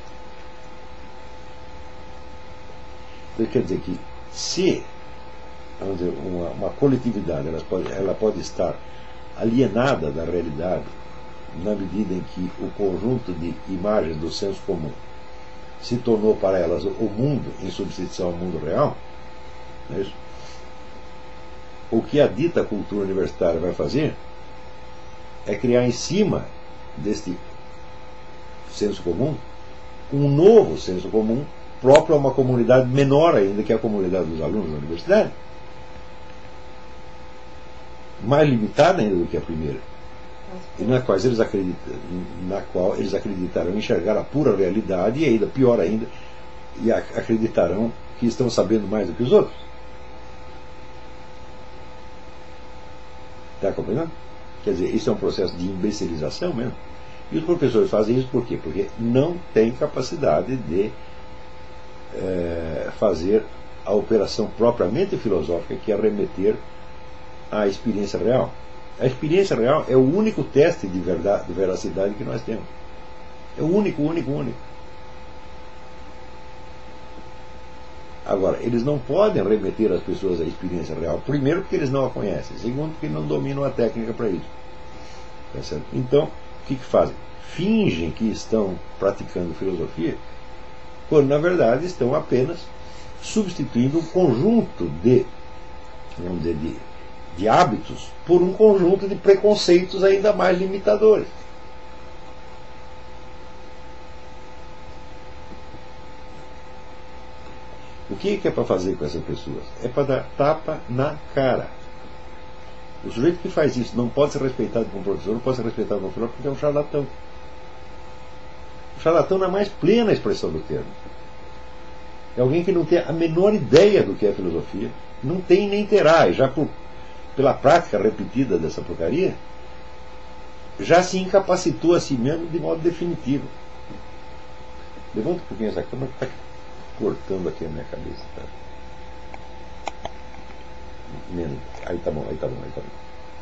Então, quer dizer que se, vamos dizer, uma coletividade ela pode estar alienada da realidade na medida em que o conjunto de imagens do senso comum se tornou para elas o mundo em substituição ao mundo real, não é isso? O que a dita cultura universitária vai fazer é criar em cima deste senso comum um novo senso comum próprio a uma comunidade menor ainda que a comunidade dos alunos da universidade, mais limitada ainda do que a primeira, e na qual eles acreditarão enxergar a pura realidade e ainda pior ainda, e acreditarão que estão sabendo mais do que os outros. Está compreendendo? Quer dizer, isso é um processo de imbecilização mesmo. E os professores fazem isso por quê? Porque não têm capacidade de fazer a operação propriamente filosófica, que é remeter à experiência real. A experiência real é o único teste de veracidade que nós temos. É o único. Agora, eles não podem remeter as pessoas à experiência real. Primeiro, porque eles não a conhecem. Segundo, porque não dominam a técnica para isso. Tá certo? Então, o que fazem? Fingem que estão praticando filosofia, quando na verdade estão apenas substituindo um conjunto de, vamos dizer, de hábitos por um conjunto de preconceitos ainda mais limitadores. O que é para fazer com essas pessoas? É para dar tapa na cara. O sujeito que faz isso não pode ser respeitado como professor, não pode ser respeitado como filósofo, porque é um charlatão. O charlatão na mais plena expressão do termo. É alguém que não tem a menor ideia do que é filosofia, não tem nem terá, e já pela prática repetida dessa porcaria, já se incapacitou a si mesmo de modo definitivo. Levanta um pouquinho essa câmera que está cortando aqui a minha cabeça. Tá? Menos. Aí tá bom, aí tá bom, aí tá bom.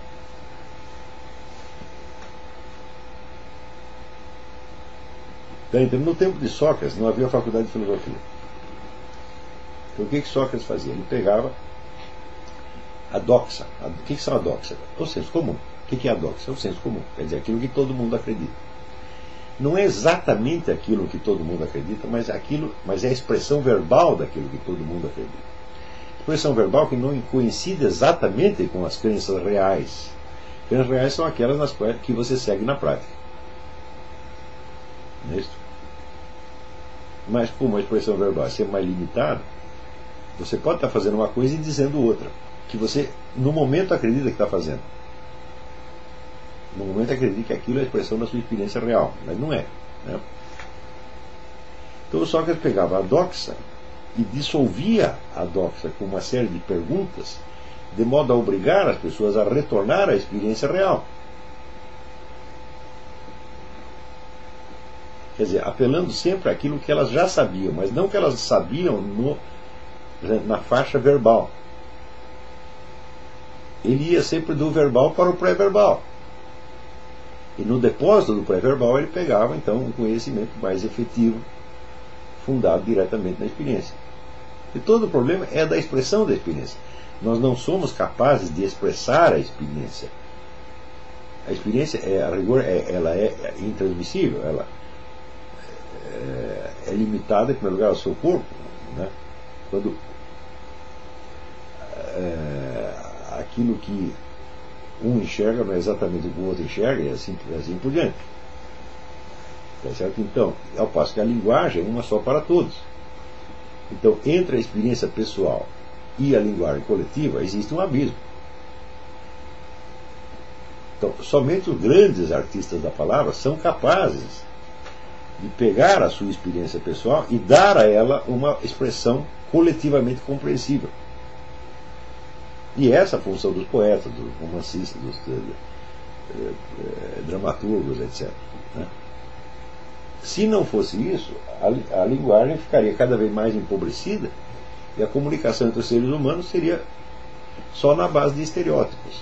Então, no tempo de Sócrates não havia faculdade de filosofia. Então o que Sócrates fazia? Ele pegava a doxa. O que são a doxa? É o senso comum. O que é a doxa? É o senso comum. Quer dizer, aquilo que todo mundo acredita. Não é exatamente aquilo que todo mundo acredita, mas é a expressão verbal daquilo que todo mundo acredita. Expressão verbal que não coincide exatamente com as crenças reais. As crenças reais são aquelas nas quais que você segue na prática. Não é isso? Mas como a expressão verbal é sempre mais limitada, você pode estar fazendo uma coisa e dizendo outra, que você no momento acredita que está fazendo. No momento acredita que aquilo é a expressão da sua experiência real, mas não é. Né? Então o Sócrates pegava a doxa e dissolvia a doxa com uma série de perguntas, de modo a obrigar as pessoas a retornar à experiência real. Quer dizer, apelando sempre àquilo que elas já sabiam, mas não que elas sabiam na faixa verbal. Ele ia sempre do verbal para o pré-verbal. E no depósito do pré-verbal ele pegava então um conhecimento mais efetivo, fundado diretamente na experiência. E todo o problema é da expressão da experiência. Nós não somos capazes de expressar a experiência. A experiência, a rigor, ela é intransmissível, ela é limitada, em primeiro lugar, ao seu corpo. Né? Quando aquilo que um enxerga não é exatamente o que o outro enxerga, e assim por diante. Tá certo? Então, ao passo que a linguagem é uma só para todos. Então, entre a experiência pessoal e a linguagem coletiva, existe um abismo. Então, somente os grandes artistas da palavra são capazes de pegar a sua experiência pessoal e dar a ela uma expressão coletivamente compreensível. E essa é a função dos poetas, dos romancistas, dos dramaturgos, etc. Né? Se não fosse isso, a linguagem ficaria cada vez mais empobrecida e a comunicação entre os seres humanos seria só na base de estereótipos.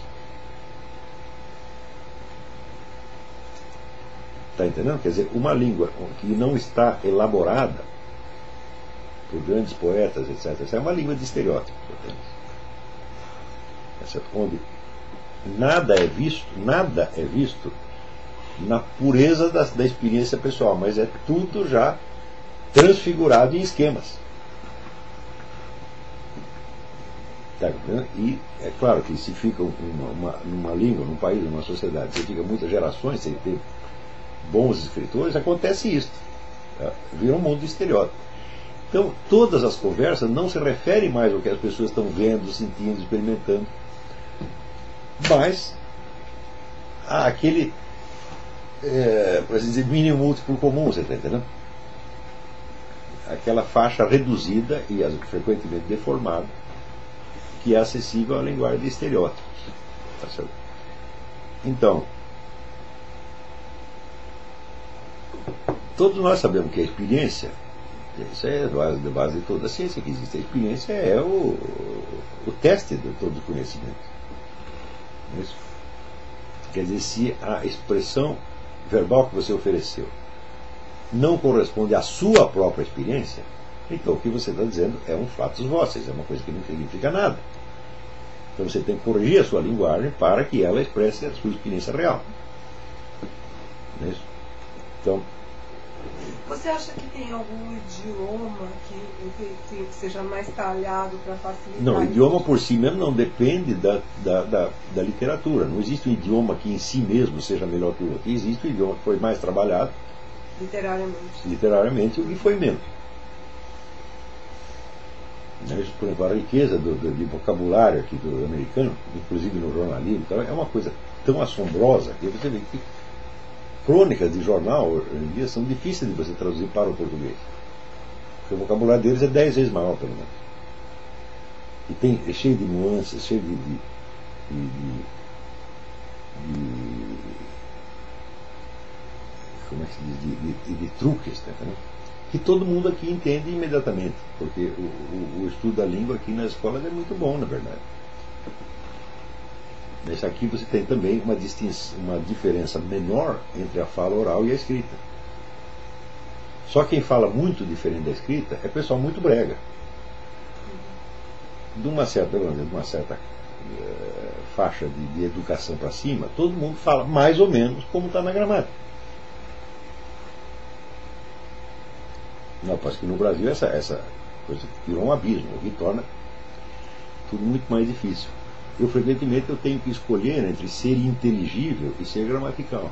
Está entendendo? Quer dizer, uma língua que não está elaborada por grandes poetas, etc., é uma língua de estereótipos apenas. Onde nada é visto na pureza da experiência pessoal, mas é tudo já transfigurado em esquemas. Tá, e é claro que se fica numa língua, num país, numa sociedade, se fica muitas gerações sem ter bons escritores, acontece isso. Tá? Vira um mundo de estereótipo. Então, todas as conversas não se referem mais ao que as pessoas estão vendo, sentindo, experimentando, mas há aquele, por assim dizer, mínimo múltiplo comum, você está entendendo? Aquela faixa reduzida e frequentemente deformada que é acessível à linguagem de estereótipos. Tá certo? Então, todos nós sabemos que a experiência, isso é a base de toda a ciência que existe. A experiência é o teste de todo o conhecimento. Isso. Quer dizer, se a expressão verbal que você ofereceu não corresponde à sua própria experiência, então o que você está dizendo é um flatus vocis, é uma coisa que não significa nada. Então você tem que corrigir a sua linguagem para que ela expresse a sua experiência real. Isso. Então, você acha que tem algum idioma que seja mais talhado para facilitar? Não, o idioma por si mesmo não depende da literatura. Não existe um idioma que em si mesmo seja melhor que o outro. Existe um idioma que foi mais trabalhado literariamente e foi menos. Por exemplo, a riqueza de vocabulário aqui do americano, inclusive no jornalismo, é uma coisa tão assombrosa que você vê que crônicas de jornal hoje em dia são difíceis de você traduzir para o português. Porque o vocabulário deles é 10 vezes maior, pelo menos. E é cheio de nuances, cheio como é que se diz? De truques, tá, né? que todo mundo aqui entende imediatamente, porque o estudo da língua aqui nas escolas é muito bom, na verdade. Nesse aqui você tem também uma diferença menor entre a fala oral e a escrita. Só quem fala muito diferente da escrita é pessoal muito brega. De uma certa faixa de educação para cima, todo mundo fala mais ou menos como está na gramática. Não, parece que no Brasil essa coisa virou um abismo, o que torna tudo muito mais difícil. Frequentemente eu tenho que escolher entre ser inteligível e ser gramatical.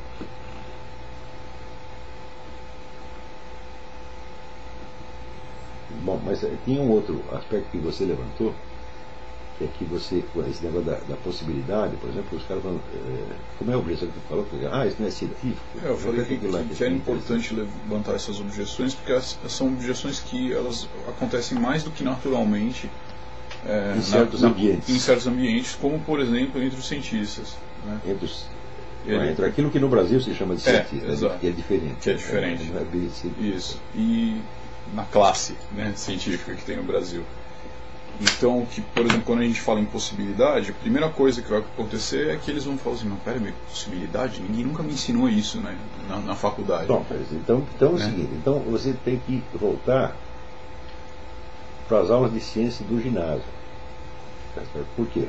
Bom, mas tinha um outro aspecto que você levantou, que é que você, esse negócio da possibilidade, por exemplo, os caras falam, como é a objeção que tu falou? Isso não é científico. Eu falei que é importante levantar essas objeções, porque são objeções que elas acontecem mais do que naturalmente em certos ambientes, como por exemplo entre os cientistas, né? Entre aquilo que no Brasil se chama de cientista, que é diferente. Que é diferente. Isso. E na classe, né, científica que tem no Brasil. Então, que, por exemplo, quando a gente fala em possibilidade, a primeira coisa que vai acontecer é que eles vão falar assim, não, peraí, possibilidade? Ninguém nunca me ensinou isso, né, na faculdade. Bom, então é o seguinte, então você tem que voltar para as aulas de ciência do ginásio. Por quê?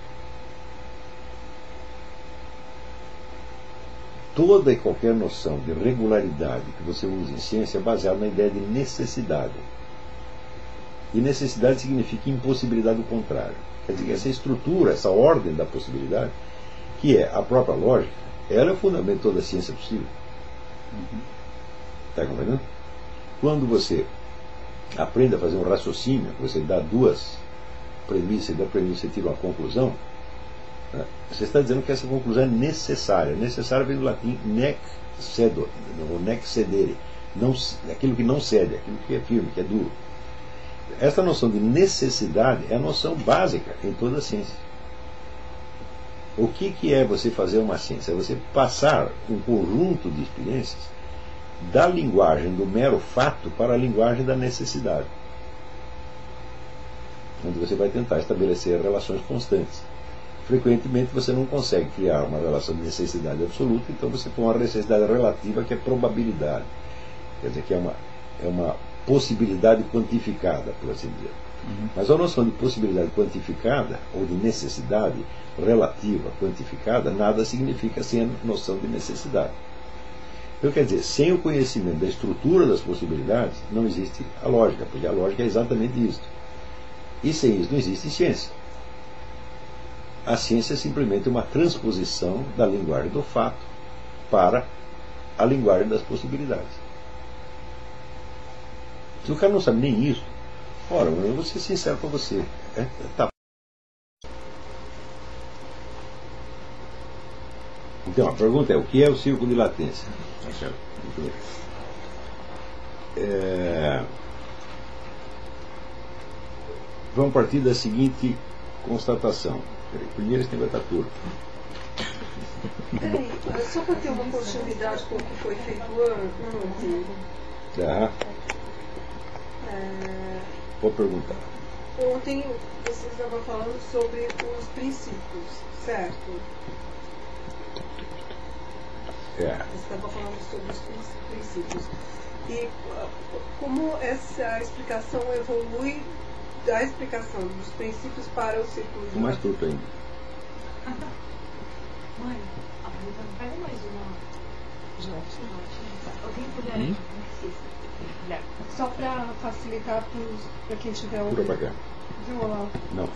Toda e qualquer noção de regularidade que você usa em ciência é baseada na ideia de necessidade. E necessidade significa impossibilidade do contrário. Quer dizer, essa estrutura, essa ordem da possibilidade, que é a própria lógica, ela é o fundamento de toda a ciência possível. Está compreendendo? Quando você aprende a fazer um raciocínio, você dá duas premissas, e da premissa você tira uma conclusão, você está dizendo que essa conclusão é necessária. Necessária vem do latim nec cedere, ou nec cedere, aquilo que não cede, aquilo que é firme, que é duro. Esta noção de necessidade é a noção básica em toda a ciência. O que é você fazer uma ciência? É você passar um conjunto de experiências da linguagem do mero fato para a linguagem da necessidade, onde você vai tentar estabelecer relações constantes. Frequentemente você não consegue criar uma relação de necessidade absoluta, então você põe uma necessidade relativa, que é probabilidade. Quer dizer, que é uma possibilidade quantificada, por assim dizer. Mas a noção de possibilidade quantificada, ou de necessidade relativa quantificada, nada significa sem a noção de necessidade. Então, quer dizer, sem o conhecimento da estrutura das possibilidades, não existe a lógica, porque a lógica é exatamente isso. E sem isso não existe ciência. A ciência é simplesmente uma transposição da linguagem do fato para a linguagem das possibilidades. Se o cara não sabe nem isso, ora, eu vou ser sincero para você. Tá. Então, a pergunta é, o que é o círculo de latência? Vamos partir da seguinte constatação. Primeiro, esse negócio está torto. Peraí, só para ter uma continuidade com o que foi feito ontem. Pode perguntar. Ontem você estava falando sobre os princípios, certo? Você estava falando sobre os princípios. E como essa explicação evolui da explicação dos princípios para o círculo de mais torto ainda. Mãe, pega mais uma. Eu tenho colher aqui, só para facilitar para quem tiver ouvindo. Pura pra cá. Viu lá? Não,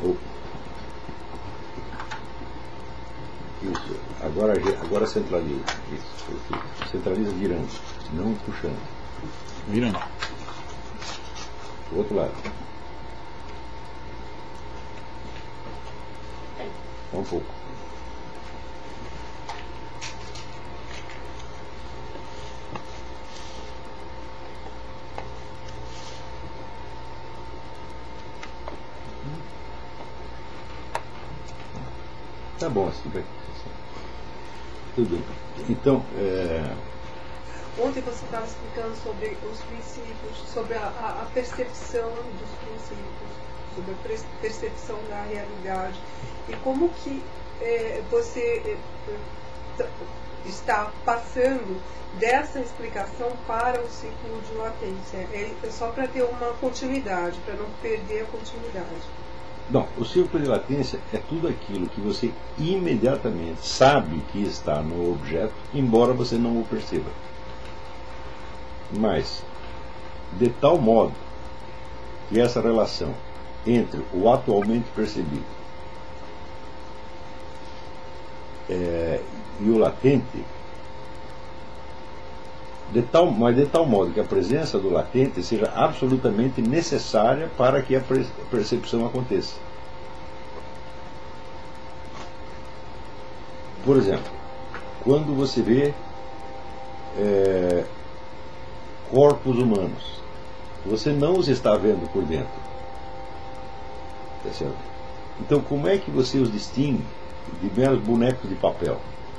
Isso. Agora centraliza. Isso. Centraliza virando, não puxando. Virando. Do outro lado. Um pouco. Tá bom assim, vai. Tudo bem. Então, Ontem você estava explicando sobre os princípios, sobre a percepção dos princípios, sobre a percepção da realidade, e como que você está passando dessa explicação para o ciclo de latência. É só para ter uma continuidade, para não perder a continuidade. Não, o ciclo de latência é tudo aquilo que você imediatamente sabe que está no objeto, embora você não o perceba. Mas, de tal modo que essa relação entre o atualmente percebido e o latente, mas de tal modo que a presença do latente seja absolutamente necessária para que a percepção aconteça. Por exemplo, quando você vê corpos humanos, você não os está vendo por dentro. Tá certo? Então, como é que você os distingue de meros bonecos de papel?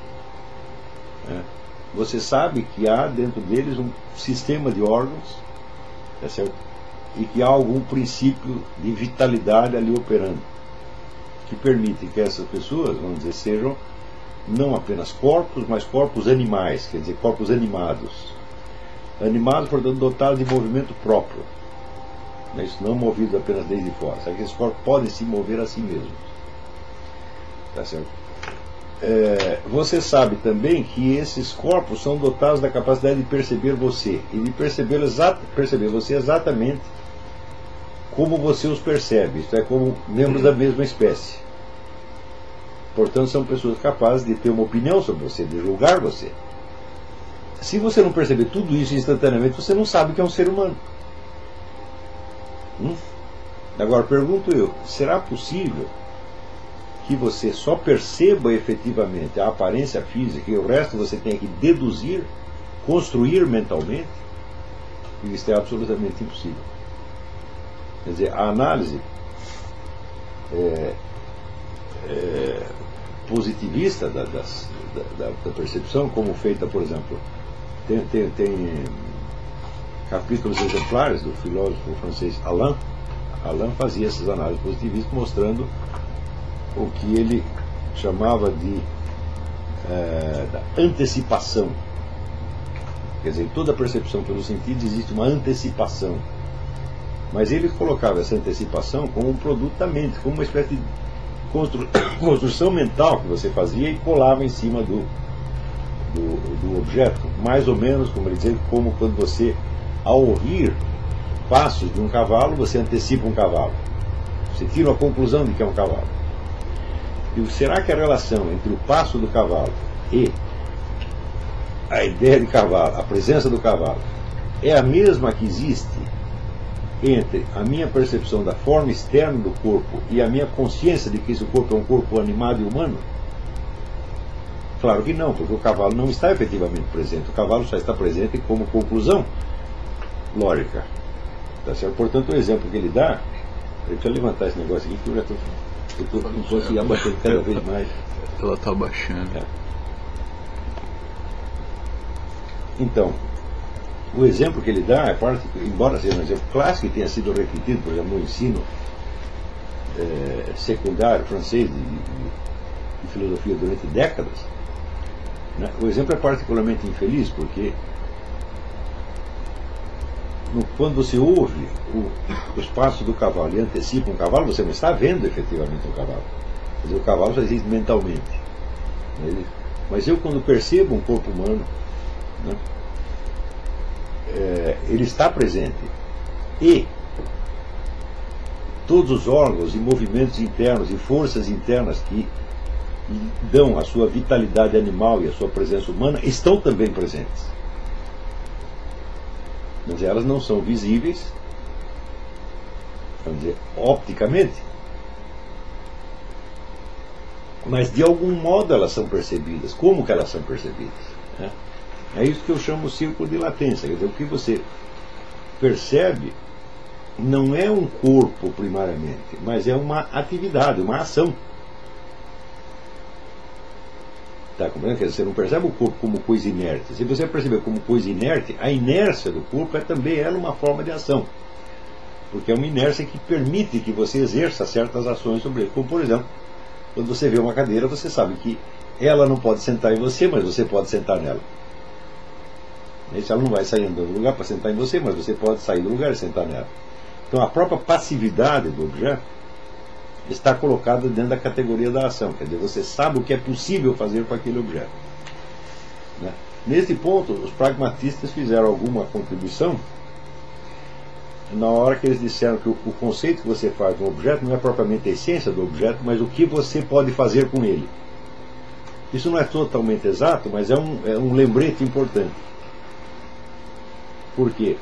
Você sabe que há dentro deles um sistema de órgãos, tá certo? E que há algum princípio de vitalidade ali operando, que permite que essas pessoas, vamos dizer, sejam não apenas corpos, mas corpos animais, quer dizer, corpos animados. Animados, portanto, dotados de movimento próprio. Isso não movido apenas desde fora. Sabe que esses corpos podem se mover a si mesmos. Tá certo? Você sabe também que esses corpos são dotados da capacidade de perceber você e de perceber você exatamente como você os percebe, isto é, como membros da mesma espécie. Portanto, são pessoas capazes de ter uma opinião sobre você, de julgar você. Se você não perceber tudo isso instantaneamente, você não sabe que é um ser humano. Agora, pergunto eu, será possível que você só perceba efetivamente a aparência física e o resto você tenha que deduzir, construir mentalmente? Isso é absolutamente impossível. Quer dizer, a análise positivista da percepção, como feita, por exemplo, tem capítulos exemplares do filósofo francês Alain. Alain fazia essas análises positivistas mostrando o que ele chamava de da antecipação. Quer dizer, em toda percepção pelos sentidos existe uma antecipação. Mas ele colocava essa antecipação como um produto da mente, como uma espécie de construção mental que você fazia e colava em cima do objeto. Mais ou menos, como ele dizia, como quando você, ao ouvir passos de um cavalo, você antecipa um cavalo. Você tira a conclusão de que é um cavalo. E será que a relação entre o passo do cavalo e a ideia de cavalo, a presença do cavalo, é a mesma que existe entre a minha percepção da forma externa do corpo e a minha consciência de que esse corpo é um corpo animado e humano? Claro que não, porque o cavalo não está efetivamente presente. O cavalo só está presente como conclusão lógica. Tá certo? Portanto, o exemplo que ele dá, deixa eu levantar esse negócio aqui que eu já estou não consegui abaixar cada vez mais. Ela está abaixando. Então, o exemplo que ele dá, embora seja um exemplo clássico e tenha sido repetido, por exemplo, no ensino secundário francês de filosofia durante décadas, né? O exemplo é particularmente infeliz porque quando você ouve os passos do cavalo e antecipa um cavalo, você não está vendo efetivamente um cavalo. Quer dizer, o cavalo só existe mentalmente. Mas eu, quando percebo um corpo humano, né, ele está presente. E todos os órgãos e movimentos internos e forças internas que dão a sua vitalidade animal e a sua presença humana estão também presentes. Quer dizer, elas não são visíveis, vamos dizer, opticamente, mas de algum modo elas são percebidas. Como que elas são percebidas? É isso que eu chamo de círculo de latência. Quer dizer, o que você percebe não é um corpo primariamente, mas é uma atividade, uma ação. Tá compreendendo? Quer dizer, você não percebe o corpo como coisa inerte. Se você perceber como coisa inerte, a inércia do corpo é também ela uma forma de ação. Porque é uma inércia que permite que você exerça certas ações sobre ele. Como, por exemplo, quando você vê uma cadeira, você sabe que ela não pode sentar em você, mas você pode sentar nela. Ela não vai sair andando do lugar para sentar em você, mas você pode sair do lugar e sentar nela. Então a própria passividade do objeto está colocada dentro da categoria da ação. Quer dizer, você sabe o que é possível fazer com aquele objeto. Né? Nesse ponto, os pragmatistas fizeram alguma contribuição na hora que eles disseram que o conceito que você faz do objeto não é propriamente a essência do objeto, mas o que você pode fazer com ele. Isso não é totalmente exato, mas é um lembrete importante. Porque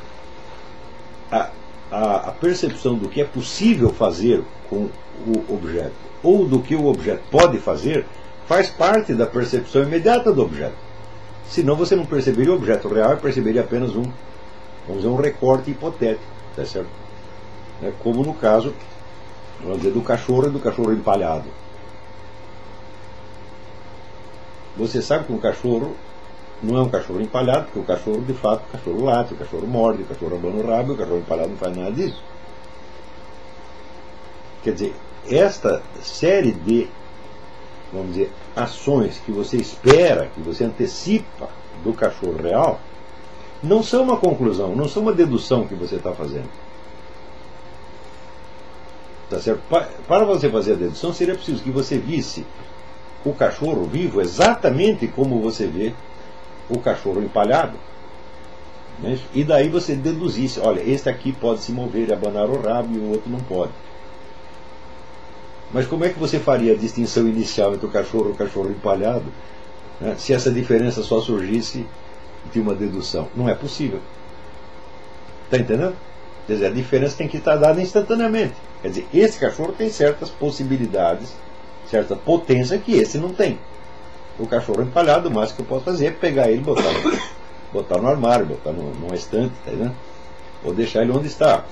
a percepção do que é possível fazer com o objeto, ou do que o objeto pode fazer, faz parte da percepção imediata do objeto. Senão você não perceberia o objeto real, perceberia apenas vamos dizer, um recorte hipotético. Tá certo? Como no caso, vamos dizer, do cachorro e do cachorro empalhado. Você sabe que um cachorro não é um cachorro empalhado, porque o cachorro, de fato, o cachorro late, o cachorro morde, o cachorro abana o rabo, e o cachorro empalhado não faz nada disso. Quer dizer, esta série de, vamos dizer, ações que você espera, que você antecipa do cachorro real, não são uma conclusão, não são uma dedução que você está fazendo. Tá certo? Para você fazer a dedução, seria preciso que você visse o cachorro vivo exatamente como você vê o cachorro empalhado, né? E daí você deduzisse, olha, este aqui pode se mover e abanar o rabo e o outro não pode. Mas como é que você faria a distinção inicial entre o cachorro e o cachorro empalhado, né, se essa diferença só surgisse de uma dedução? Não é possível. Está entendendo? Quer dizer, a diferença tem que estar dada instantaneamente. Quer dizer, esse cachorro tem certas possibilidades, certa potência que esse não tem. O cachorro empalhado, o máximo que eu posso fazer é pegar ele e botar no armário, botar numa estante, tá entendendo? Ou deixar ele onde está.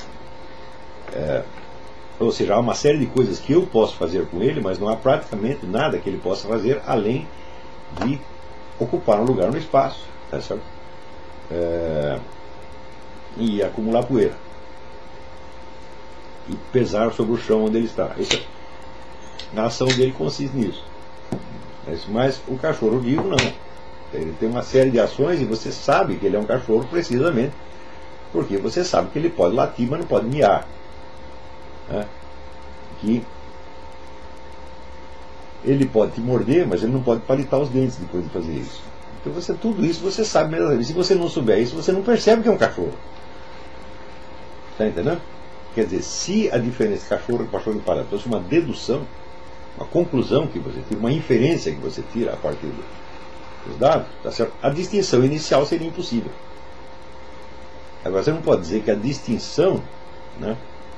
Ou seja, há uma série de coisas que eu posso fazer com ele, mas não há praticamente nada que ele possa fazer além de ocupar um lugar no espaço, tá certo? E acumular poeira e pesar sobre o chão onde ele está. A ação dele consiste nisso. Mas o cachorro vivo não. Ele tem uma série de ações e você sabe que ele é um cachorro precisamente porque você sabe que ele pode latir, mas não pode miar, né? Que ele pode te morder, mas ele não pode palitar os dentes depois de fazer isso. Então tudo isso você sabe mesmo. Se você não souber isso, você não percebe que é um cachorro. Está entendendo? Quer dizer, se a diferença entre cachorro e cachorro empalhado fosse uma dedução, uma conclusão que você tira, uma inferência que você tira a partir dos dados, tá certo? A distinção inicial seria impossível. Agora você não pode dizer que a distinção, né,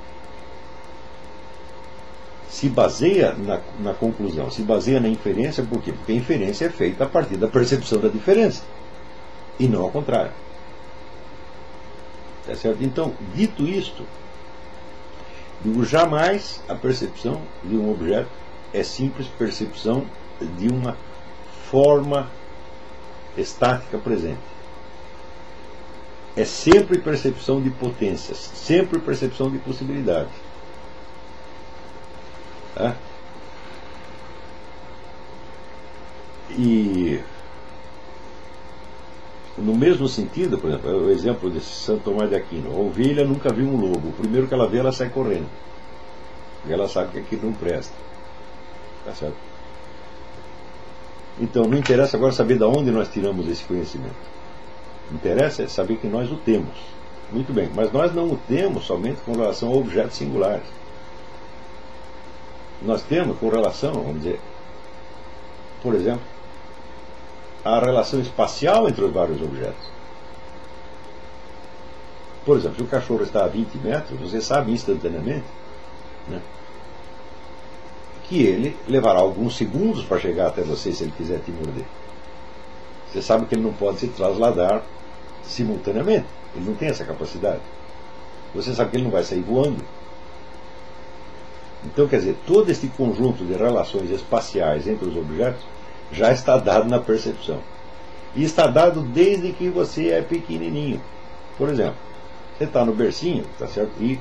se baseia na conclusão, se baseia na inferência. Por quê? Porque a inferência é feita a partir da percepção da diferença e não ao contrário. Tá certo? Então, dito isto, digo, jamais a percepção de um objeto é simples percepção de uma forma estática presente. É sempre percepção de potências, sempre percepção de possibilidades. Tá? E no mesmo sentido, por exemplo, o exemplo de Santo Tomás de Aquino: a ovelha nunca viu um lobo. O primeiro que ela vê, ela sai correndo, porque ela sabe que aquilo não presta. Tá certo? Então não interessa agora saber de onde nós tiramos esse conhecimento. Interessa é saber que nós o temos. Muito bem, mas nós não o temos somente com relação a objetos singulares. Nós temos com relação, vamos dizer, por exemplo, a relação espacial entre os vários objetos. Por exemplo, se o cachorro está a 20 metros, você sabe instantaneamente, né, que ele levará alguns segundos para chegar até você se ele quiser te morder. Você sabe que ele não pode se trasladar simultaneamente. Ele não tem essa capacidade. Você sabe que ele não vai sair voando. Então, quer dizer, todo este conjunto de relações espaciais entre os objetos já está dado na percepção. E está dado desde que você é pequenininho. Por exemplo, você está no bercinho, tá certo? E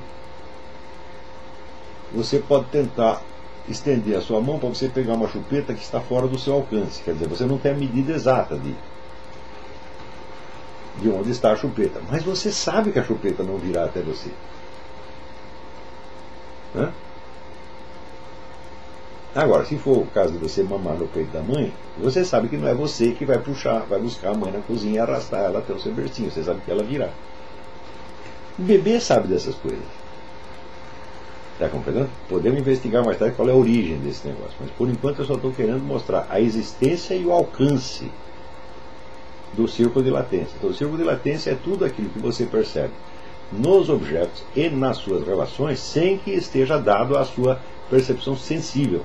você pode tentar estender a sua mão para você pegar uma chupeta que está fora do seu alcance. Quer dizer, você não tem a medida exata de onde está a chupeta. Mas você sabe que a chupeta não virá até você. Hã? Agora, se for o caso de você mamar no peito da mãe, você sabe que não é você que vai puxar, vai buscar a mãe na cozinha e arrastar ela até o seu bercinho. Você sabe que ela virá. O bebê sabe dessas coisas. Está compreendendo? Podemos investigar mais tarde qual é a origem desse negócio. Mas por enquanto eu só estou querendo mostrar a existência e o alcance do círculo de latência. Então, o círculo de latência é tudo aquilo que você percebe nos objetos e nas suas relações sem que esteja dado à sua percepção sensível.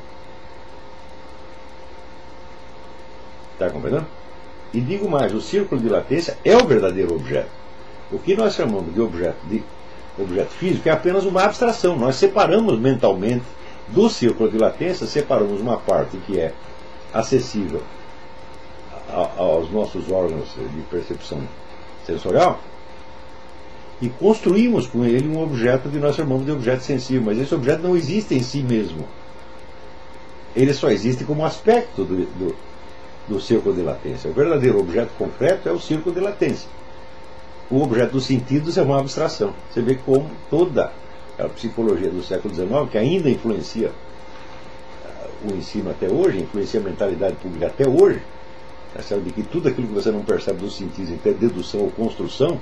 Está compreendendo? E digo mais, o círculo de latência é o verdadeiro objeto. O que nós chamamos de objeto físico é apenas uma abstração. Nós separamos mentalmente do círculo de latência, separamos uma parte que é acessível aos nossos órgãos de percepção sensorial e construímos com ele um objeto que nós chamamos de objeto sensível. Mas esse objeto não existe em si mesmo. Ele só existe como aspecto do círculo de latência. O verdadeiro objeto concreto é o círculo de latência. O objeto dos sentidos é uma abstração. Você vê como toda a psicologia do século XIX, que ainda influencia o ensino até hoje, influencia a mentalidade pública até hoje, de que tudo aquilo que você não percebe dos sentidos, até dedução ou construção,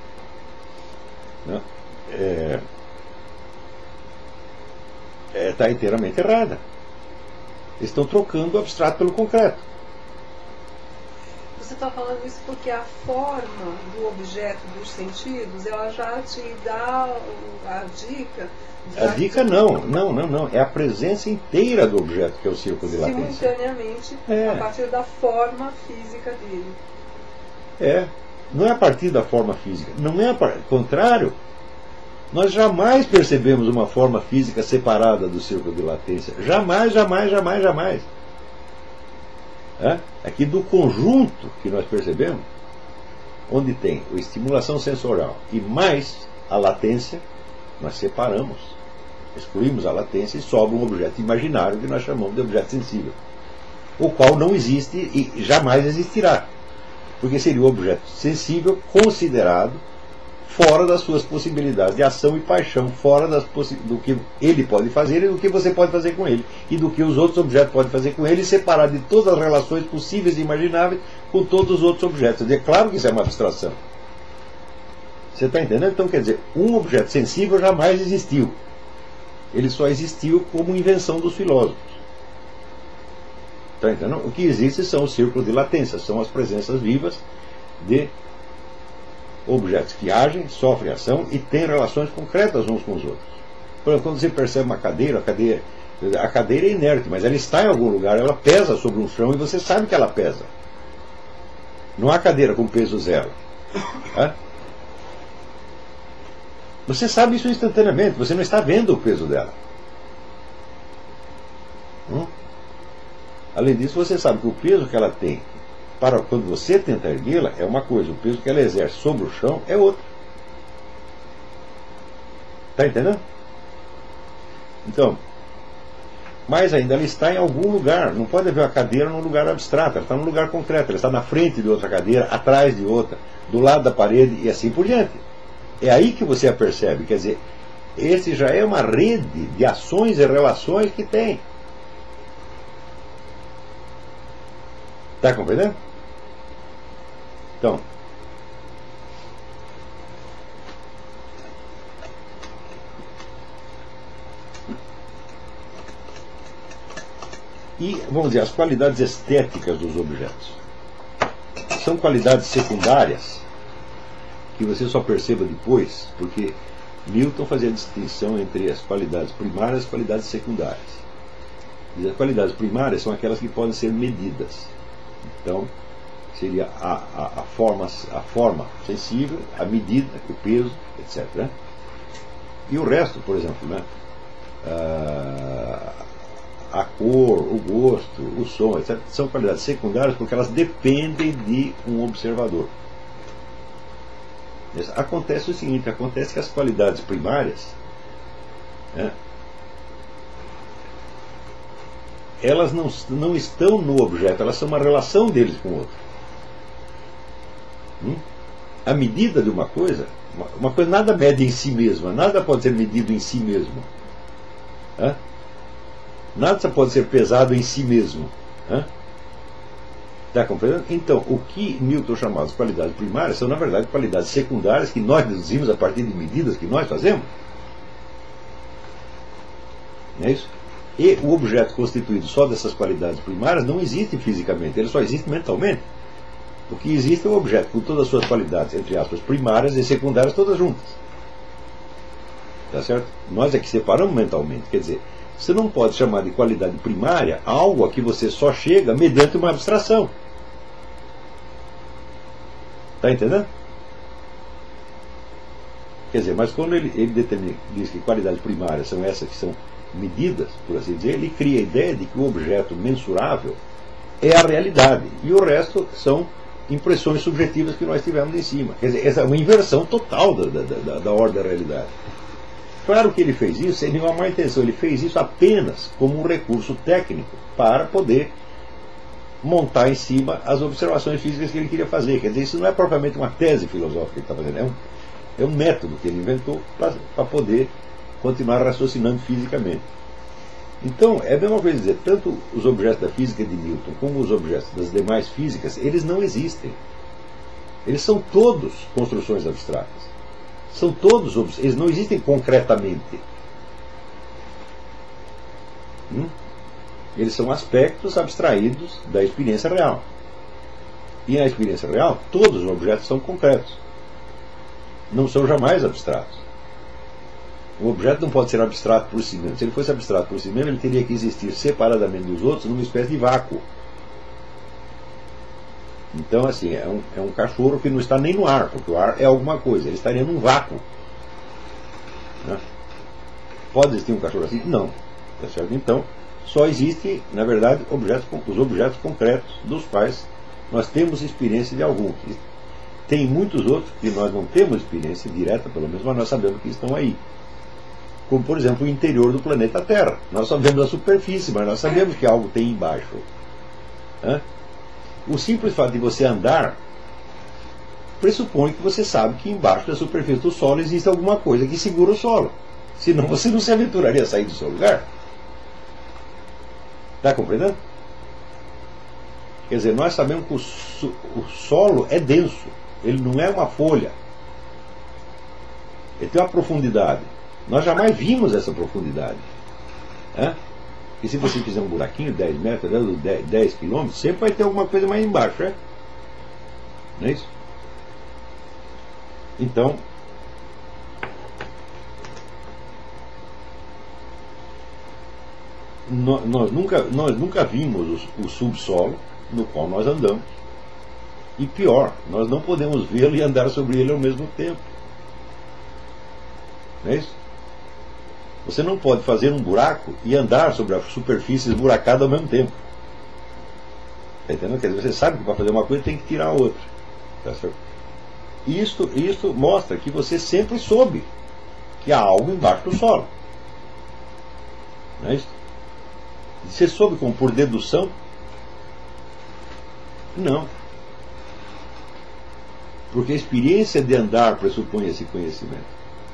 está inteiramente errada. Eles estão trocando o abstrato pelo concreto. Você está falando isso porque a forma do objeto dos sentidos, ela já te dá a dica. A dica não. É a presença inteira do objeto que é o círculo de latência. Simultaneamente, a partir da forma física dele. Não é a partir da forma física. Não é ao contrário. Nós jamais percebemos uma forma física separada do círculo de latência. Jamais. Aqui do conjunto que nós percebemos, onde tem a estimulação sensorial e mais a latência, nós separamos, excluímos a latência e sobra um objeto imaginário que nós chamamos de objeto sensível, o qual não existe e jamais existirá, porque seria o objeto sensível considerado fora das suas possibilidades de ação e paixão, fora do que ele pode fazer e do que você pode fazer com ele, e do que os outros objetos podem fazer com ele, separado de todas as relações possíveis e imagináveis com todos os outros objetos. É claro que isso é uma abstração. Você está entendendo? Então, quer dizer, um objeto sensível jamais existiu. Ele só existiu como invenção dos filósofos. Está entendendo? O que existe são os círculos de latência, são as presenças vivas de objetos que agem, sofrem ação e têm relações concretas uns com os outros. Por exemplo, quando você percebe uma cadeira, a cadeira é inerte, mas ela está em algum lugar, ela pesa sobre um chão e você sabe que ela pesa. Não há cadeira com peso zero. Você sabe isso instantaneamente, você não está vendo o peso dela. Além disso, você sabe que o peso que ela tem para quando você tenta erguê-la é uma coisa, o peso que ela exerce sobre o chão é outro. Está entendendo? Então, mais ainda, ela está em algum lugar. Não pode haver uma cadeira num lugar abstrato, ela está num lugar concreto, ela está na frente de outra cadeira, atrás de outra, do lado da parede e assim por diante. É aí que você a percebe. Quer dizer, esse já é uma rede de ações e relações que tem. Está compreendendo? Então, e, vamos dizer, as qualidades estéticas dos objetos são qualidades secundárias que você só perceba depois, porque Milton fazia a distinção entre as qualidades primárias e as qualidades secundárias. E as qualidades primárias são aquelas que podem ser medidas. Então, seria a forma sensível, a medida, o peso, etc. E o resto, por exemplo, a cor, o gosto, o som, etc., são qualidades secundárias porque elas dependem de um observador. Acontece o seguinte, acontece que as qualidades primárias, né, elas não estão no objeto, elas são uma relação deles com o outro. A medida de uma coisa nada mede em si mesma, nada pode ser medido em si mesmo. Nada pode ser pesado em si mesmo. Está compreendendo? Então, o que Newton chamava de qualidades primárias são, na verdade, qualidades secundárias que nós deduzimos a partir de medidas que nós fazemos. Não é isso? E o objeto constituído só dessas qualidades primárias não existe fisicamente, ele só existe mentalmente. O que existe é o objeto com todas as suas qualidades, entre aspas, primárias e secundárias, todas juntas. Tá certo? Nós é que separamos mentalmente. Quer dizer, você não pode chamar de qualidade primária algo a que você só chega mediante uma abstração. Está entendendo? Quer dizer, mas quando ele diz que qualidades primárias são essas que são medidas, por assim dizer, ele cria a ideia de que o objeto mensurável é a realidade e o resto são impressões subjetivas que nós tivemos em cima. Quer dizer, essa é uma inversão total da ordem da realidade. Claro que ele fez isso sem nenhuma má intenção, ele fez isso apenas como um recurso técnico para poder montar em cima as observações físicas que ele queria fazer. Quer dizer, isso não é propriamente uma tese filosófica que ele está fazendo, é um método que ele inventou para poder continuar raciocinando fisicamente. Então, é a mesma coisa dizer, tanto os objetos da física de Newton como os objetos das demais físicas, eles não existem. Eles são todos construções abstratas. São todos, eles não existem concretamente. Eles são aspectos abstraídos da experiência real. E na experiência real, todos os objetos são concretos. Não são jamais abstratos. O objeto não pode ser abstrato por si mesmo. Se ele fosse abstrato por si mesmo, ele teria que existir separadamente dos outros numa espécie de vácuo. Então, assim, é um cachorro que não está nem no ar, porque o ar é alguma coisa, ele estaria num vácuo. Né? Pode existir um cachorro assim? Não. Tá certo? Então, só existe, na verdade, os objetos concretos dos quais nós temos experiência de alguns. Tem muitos outros que nós não temos experiência direta, pelo menos, mas nós sabemos que estão aí. Como, por exemplo, o interior do planeta Terra. Nós só vemos a superfície, mas nós sabemos que algo tem embaixo. O simples fato de você andar pressupõe que você sabe que embaixo da superfície do solo existe alguma coisa que segura o solo. Senão você não se aventuraria a sair do seu lugar. Está compreendendo? Quer dizer, nós sabemos que o solo é denso. Ele não é uma folha. Ele tem uma profundidade. Nós jamais vimos essa profundidade. E se você fizer um buraquinho, 10 metros, 10 quilômetros, sempre vai ter alguma coisa mais embaixo. Não é isso? Então, nós nunca vimos o subsolo no qual nós andamos. E pior, nós não podemos vê-lo e andar sobre ele ao mesmo tempo. Não é isso? Você não pode fazer um buraco e andar sobre a superfície esburacada ao mesmo tempo. Está entendendo? Quer dizer, você sabe que para fazer uma coisa tem que tirar a outra. Tá certo? E isto mostra que você sempre soube que há algo embaixo do solo. Não é isso? Você soube como por dedução? Não. Porque a experiência de andar pressupõe esse conhecimento.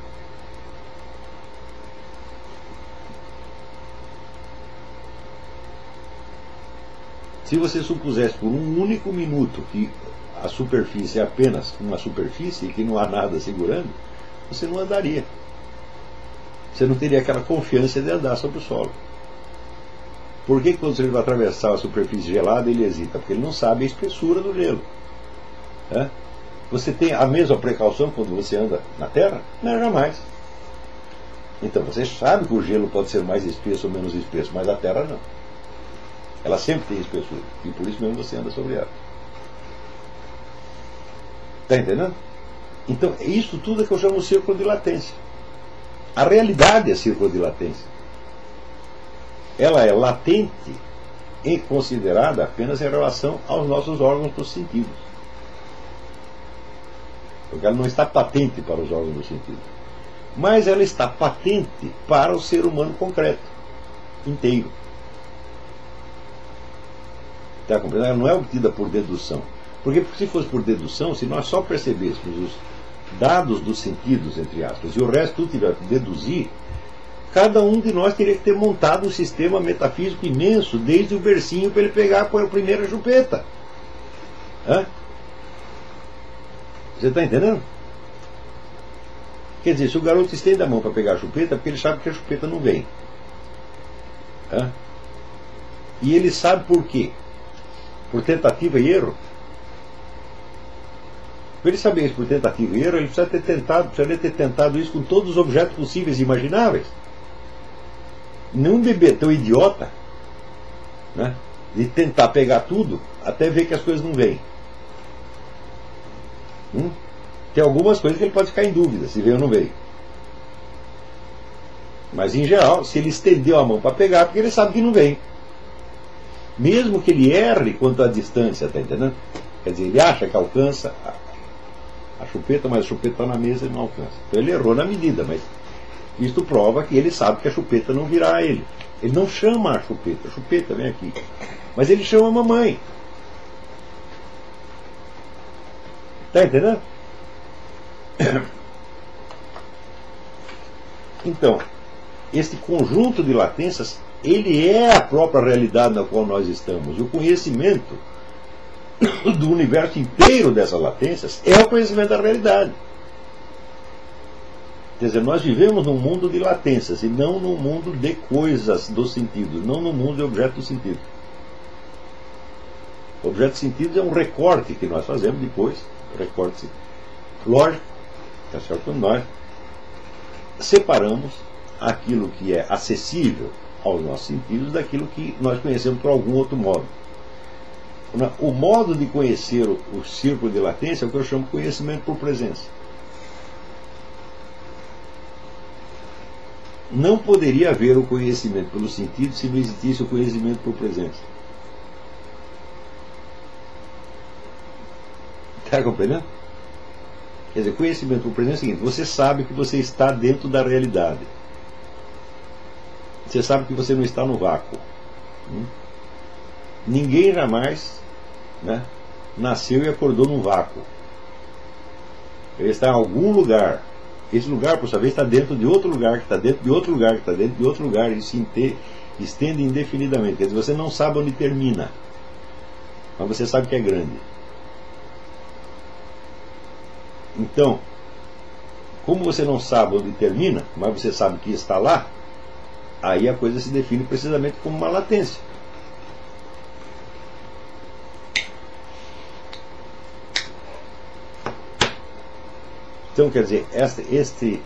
Se você supusesse por um único minuto que a superfície é apenas uma superfície e que não há nada segurando, você não andaria. Você não teria aquela confiança de andar sobre o solo. Por que quando você vai atravessar a superfície gelada ele hesita? Porque ele não sabe a espessura do gelo. Você tem a mesma precaução quando você anda na Terra? Não, jamais. Então você sabe que o gelo pode ser mais espesso ou menos espesso, mas a Terra não. Ela sempre tem espessura. E por isso mesmo você anda sobre ela. Está entendendo? Então, isso tudo é que eu chamo de círculo de latência. A realidade é círculo de latência. ela é latente e considerada apenas em relação aos nossos órgãos dos sentidos. Porque ela não está patente para os órgãos dos sentidos. Mas ela está patente para o ser humano concreto, inteiro. Está compreendendo? Ela não é obtida por dedução. Porque se fosse por dedução, se nós só percebêssemos os dados dos sentidos, entre aspas, e o resto tudo tivesse que deduzir, cada um de nós teria que ter montado um sistema metafísico imenso, desde o bercinho para ele pegar a primeira chupeta. Hã? Você está entendendo? Quer dizer, se o garoto estende a mão para pegar a chupeta, é porque ele sabe que a chupeta não vem. Hã? E ele sabe por quê? Por tentativa e erro. Para ele saber isso por tentativa e erro, ele precisaria ter tentado isso com todos os objetos possíveis e imagináveis. Não bebê tão idiota, né, de tentar pegar tudo até ver que as coisas não vêm. Tem algumas coisas que ele pode ficar em dúvida se veio ou não veio. Mas em geral, se ele estendeu a mão para pegar, porque ele sabe que não vem. Mesmo que ele erre quanto à distância, está entendendo? Quer dizer, ele acha que alcança a chupeta, mas a chupeta está na mesa e não alcança. Então ele errou na medida, mas isto prova que ele sabe que a chupeta não virá a ele. Ele não chama a chupeta vem aqui. Mas ele chama a mamãe. Está entendendo? Então, este conjunto de latências, ele é a própria realidade na qual nós estamos. E o conhecimento do universo inteiro dessas latências é o conhecimento da realidade. Quer dizer, nós vivemos num mundo de latências e não num mundo de coisas dos sentidos, não num mundo de objetos do sentido. O objeto de sentido é um recorte que nós fazemos depois, recorte lógico, tá certo? Quando nós separamos aquilo que é acessível aos nossos sentidos daquilo que nós conhecemos por algum outro modo. O modo de conhecer o círculo de latência é o que eu chamo de conhecimento por presença. Não poderia haver o conhecimento pelo sentido se não existisse o conhecimento por presença. Está compreendendo? Quer dizer, conhecimento por presença é o seguinte: você sabe que você está dentro da realidade. Você sabe que você não está no vácuo. Ninguém jamais, né, nasceu e acordou num vácuo. Ele está em algum lugar. Esse lugar, por sua vez, está dentro de outro lugar, que está dentro de outro lugar, que está dentro de outro lugar, e se estende indefinidamente. Quer dizer, você não sabe onde termina, mas você sabe que é grande. Então, como você não sabe onde termina, mas você sabe que está lá, aí a coisa se define precisamente como uma latência. Então, quer dizer, este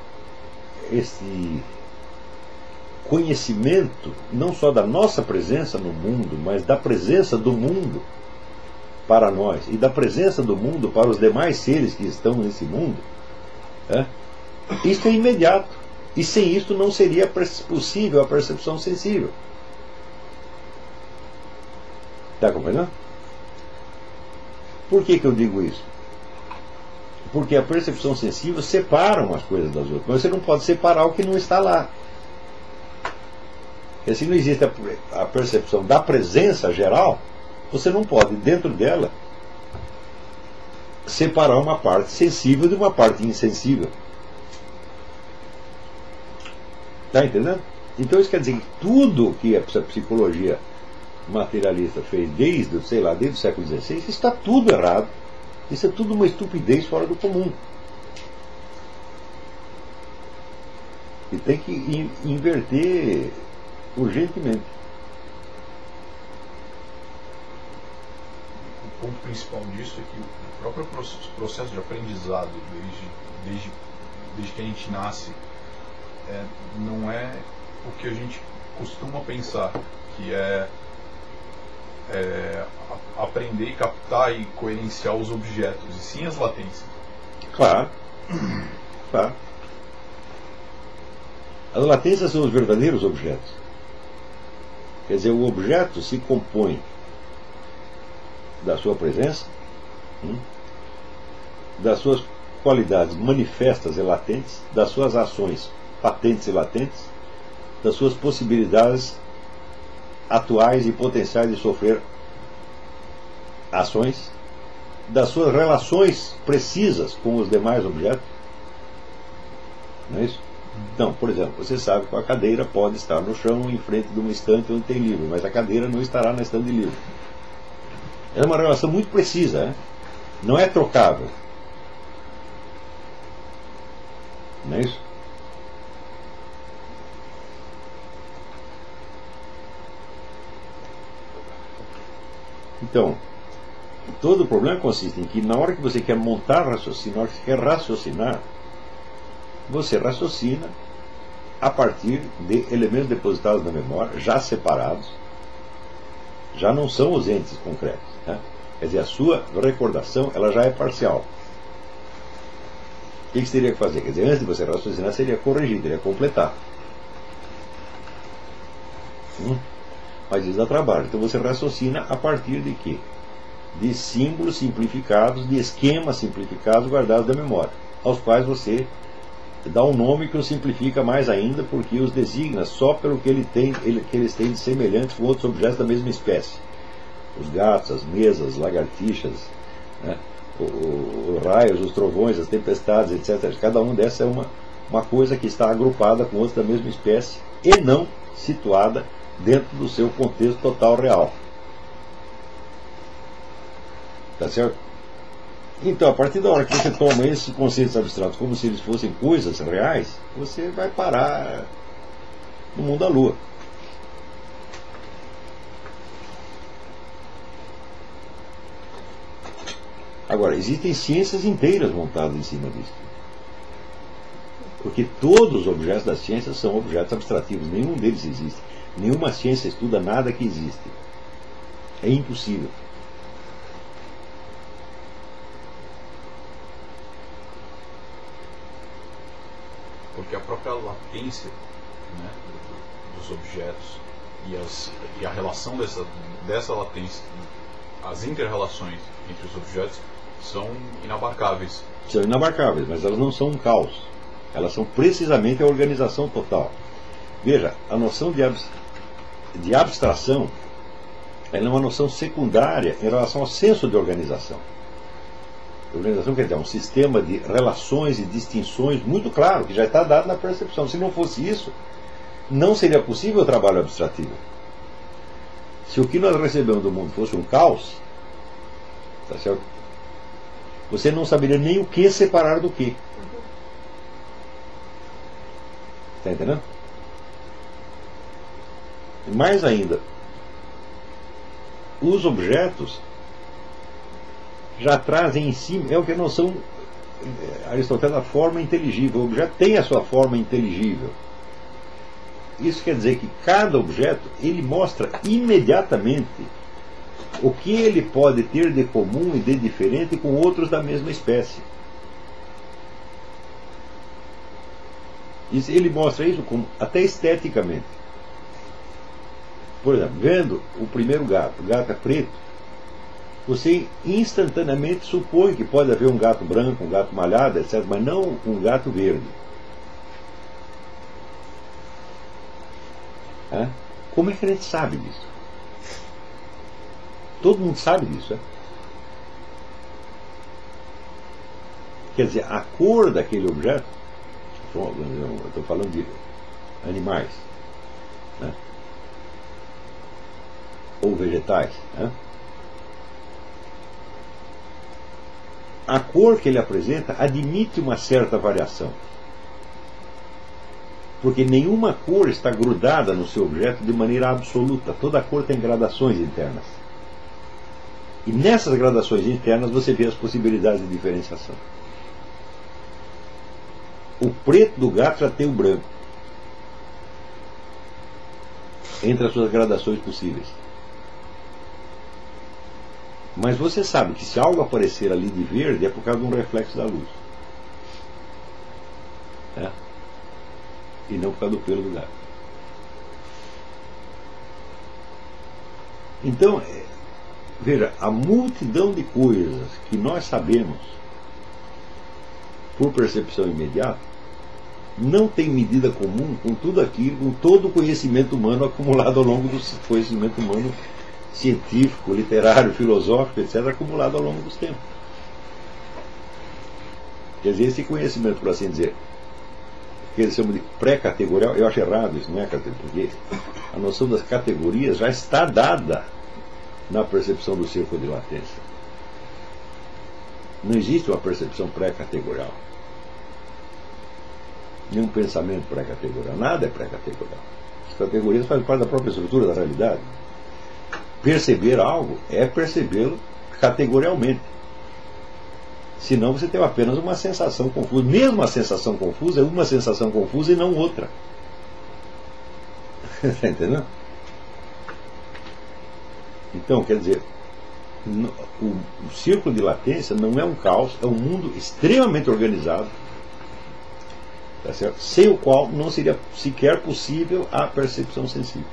conhecimento, não só da nossa presença no mundo, mas da presença do mundo para nós e da presença do mundo para os demais seres que estão nesse mundo, isso é imediato. E sem isso não seria possível a percepção sensível. Está compreendendo? Por que eu digo isso? Porque a percepção sensível separa umas coisas das outras. Mas você não pode separar o que não está lá. Porque se não existe a percepção da presença geral, você não pode, dentro dela, separar uma parte sensível de uma parte insensível. Está entendendo? Então isso quer dizer que tudo que a psicologia materialista fez desde o século XVI, está tudo errado. Isso é tudo uma estupidez fora do comum. E tem que inverter urgentemente. O ponto principal disso é que o próprio processo de aprendizado, desde que a gente nasce, não é o que a gente costuma pensar, que é aprender e captar e coerenciar os objetos, e sim as latências. Claro. Claro. As latências são os verdadeiros objetos. Quer dizer, o objeto se compõe da sua presença, das suas qualidades manifestas e latentes, das suas ações patentes e latentes, das suas possibilidades atuais e potenciais de sofrer ações, das suas relações precisas com os demais objetos. Não é isso? Então, por exemplo, você sabe que a cadeira pode estar no chão em frente de uma estante onde tem livro, mas a cadeira não estará na estante de livro. É uma relação muito precisa, né? Não é trocável. Não é isso? Então, todo o problema consiste em que na hora que você quer montar raciocínio, na hora que você quer raciocinar, você raciocina a partir de elementos depositados na memória, já separados, já não são os entes concretos, né? Quer dizer, a sua recordação ela já é parcial. O que você teria que fazer? Quer dizer, antes de você raciocinar, seria corrigir, teria completar. Mas isso dá trabalho. Então você raciocina a partir de quê? De símbolos simplificados, de esquemas simplificados guardados da memória, aos quais você dá um nome que os simplifica mais ainda, porque os designa só pelo que eles têm de semelhantes com outros objetos da mesma espécie. Os gatos, as mesas, as lagartixas, né? Os raios, os trovões, as tempestades, etc. Cada um dessa é uma coisa que está agrupada com outros da mesma espécie e não situada dentro do seu contexto total real. Tá certo? Então, a partir da hora que você toma esses conceitos abstratos como se eles fossem coisas reais, você vai parar no mundo da lua. Agora, existem ciências inteiras montadas em cima disso. Porque todos os objetos das ciências são objetos abstrativos, nenhum deles existe. Nenhuma ciência estuda nada que existe. É impossível. Porque a própria latência, né, dos objetos e a relação dessa latência, as inter-relações entre os objetos são inabarcáveis. São inabarcáveis, mas elas não são um caos. Elas são precisamente a organização total. Veja, a noção de abstração ela é uma noção secundária em relação ao senso de organização. Organização quer dizer um sistema de relações e distinções muito claro, que já está dado na percepção. Se não fosse isso, não seria possível o trabalho abstrativo. Se o que nós recebemos do mundo fosse um caos, tá certo? Você não saberia nem o que separar do que. Está entendendo? E mais ainda, os objetos já trazem em si, é o que a noção Aristóteles da forma inteligível. O objeto tem a sua forma inteligível. Isso quer dizer que cada objeto ele mostra imediatamente o que ele pode ter de comum e de diferente com outros da mesma espécie. Ele mostra isso até esteticamente. Por exemplo, vendo o primeiro gato, o gato é preto, você instantaneamente supõe que pode haver um gato branco, um gato malhado, etc., mas não um gato verde. Como é que a gente sabe disso? Todo mundo sabe disso. Quer dizer, a cor daquele objeto, eu estou falando de animais, né? Ou vegetais, né? A cor que ele apresenta admite uma certa variação. Porque nenhuma cor está grudada no seu objeto de maneira absoluta. Toda cor tem gradações internas. E nessas gradações internas você vê as possibilidades de diferenciação. O preto do gato já tem o branco entre as suas gradações possíveis. Mas você sabe que se algo aparecer ali de verde é por causa de um reflexo da luz. É? E não por causa do pelo do gato. Então, veja, a multidão de coisas que nós sabemos por percepção imediata não tem medida comum com tudo aquilo, com todo o conhecimento humano acumulado ao longo do conhecimento humano científico, literário, filosófico, etc., acumulado ao longo dos tempos. Quer dizer, esse conhecimento, por assim dizer, que eles chamam de pré-categorial, eu acho errado isso, não é categorial, porque a noção das categorias já está dada na percepção do círculo de latência. Não existe uma percepção pré-categorial. Nenhum pensamento pré-categorial. Nada é pré-categorial. As categorias fazem parte da própria estrutura da realidade. Perceber algo é percebê-lo categorialmente. Senão você tem apenas uma sensação confusa. Mesmo a sensação confusa é uma sensação confusa e não outra. Está entendendo? Então, quer dizer, o círculo de latência não é um caos, é um mundo extremamente organizado, tá certo? Sem o qual não seria sequer possível a percepção sensível.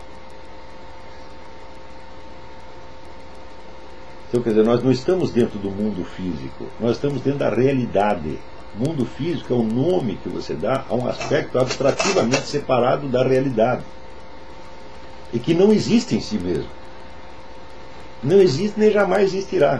Então, quer dizer, nós não estamos dentro do mundo físico, nós estamos dentro da realidade. Mundo físico é o nome que você dá a um aspecto abstrativamente separado da realidade e que não existe em si mesmo. Não existe nem jamais existirá.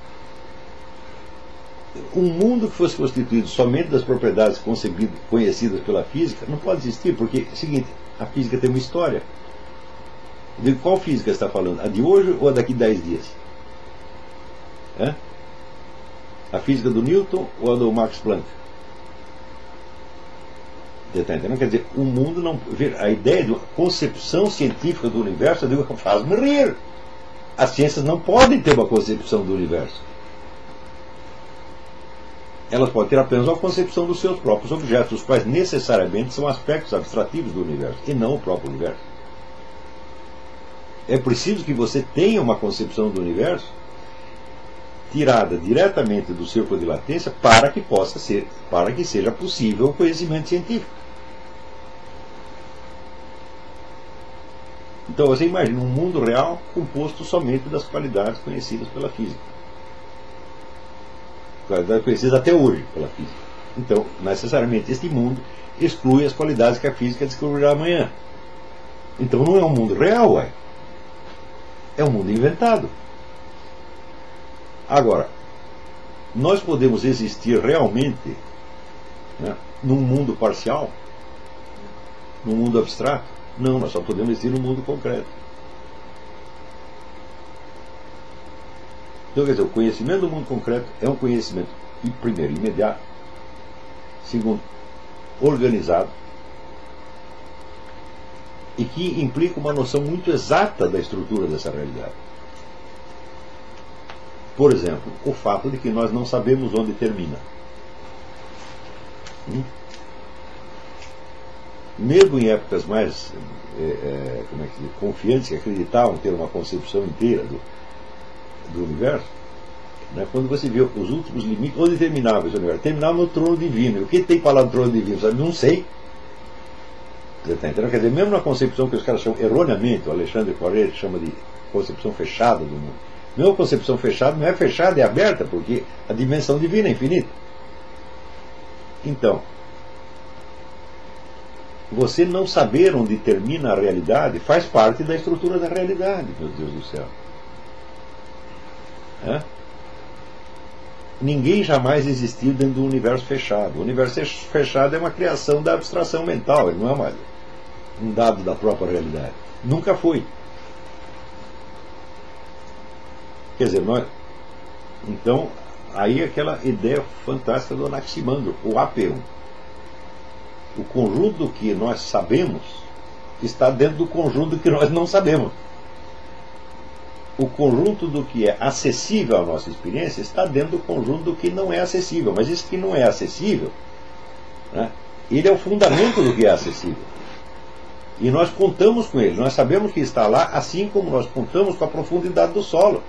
Um mundo que fosse constituído somente das propriedades conhecidas pela física não pode existir, porque é o seguinte, a física tem uma história. De qual física está falando? A de hoje ou a daqui 10 dias? A física do Newton ou a do Max Planck? Está entendendo? Quer dizer, o mundo não. A ideia de uma concepção científica do universo, eu digo, faz-me rir. As ciências não podem ter uma concepção do universo. Elas podem ter apenas uma concepção dos seus próprios objetos, os quais necessariamente são aspectos abstrativos do universo, e não o próprio universo. É preciso que você tenha uma concepção do universo tirada diretamente do círculo de latência para que possa ser, para que seja possível o conhecimento científico. Então você imagina um mundo real composto somente das qualidades conhecidas pela física. Qualidades conhecidas até hoje pela física. Então, necessariamente, este mundo exclui as qualidades que a física descobrirá amanhã. Então não é um mundo real, ué. É um mundo inventado. Agora, nós podemos existir realmente, né, num mundo parcial? Num mundo abstrato? Não, nós só podemos existir no mundo concreto. Então, quer dizer, o conhecimento do mundo concreto é um conhecimento, primeiro, imediato, segundo, organizado, e que implica uma noção muito exata da estrutura dessa realidade. Por exemplo, o fato de que nós não sabemos onde termina. Mesmo em épocas mais confiantes, que acreditavam ter uma concepção inteira do universo, né, quando você vê os últimos limites, onde terminava esse universo? Terminava no trono divino. E o que tem para falar do trono divino? Sabe? Não sei. Você está entendendo? Quer dizer, mesmo na concepção que os caras chamam erroneamente, o Alexandre Poiré chama de concepção fechada do mundo. Mesmo a concepção fechada não é fechada, é aberta, porque a dimensão divina é infinita. Então, você não saber onde termina a realidade faz parte da estrutura da realidade, meu Deus do céu. Ninguém jamais existiu dentro do universo fechado. O universo fechado é uma criação da abstração mental, ele não é um dado da própria realidade. Nunca foi. Quer dizer, então, aí aquela ideia fantástica do Anaximandro, o apeiron. O conjunto do que nós sabemos está dentro do conjunto do que nós não sabemos. O conjunto do que é acessível à nossa experiência está dentro do conjunto do que não é acessível. Mas isso que não é acessível, né, ele é o fundamento do que é acessível. E nós contamos com ele, nós sabemos que está lá, assim como nós contamos com a profundidade do solo.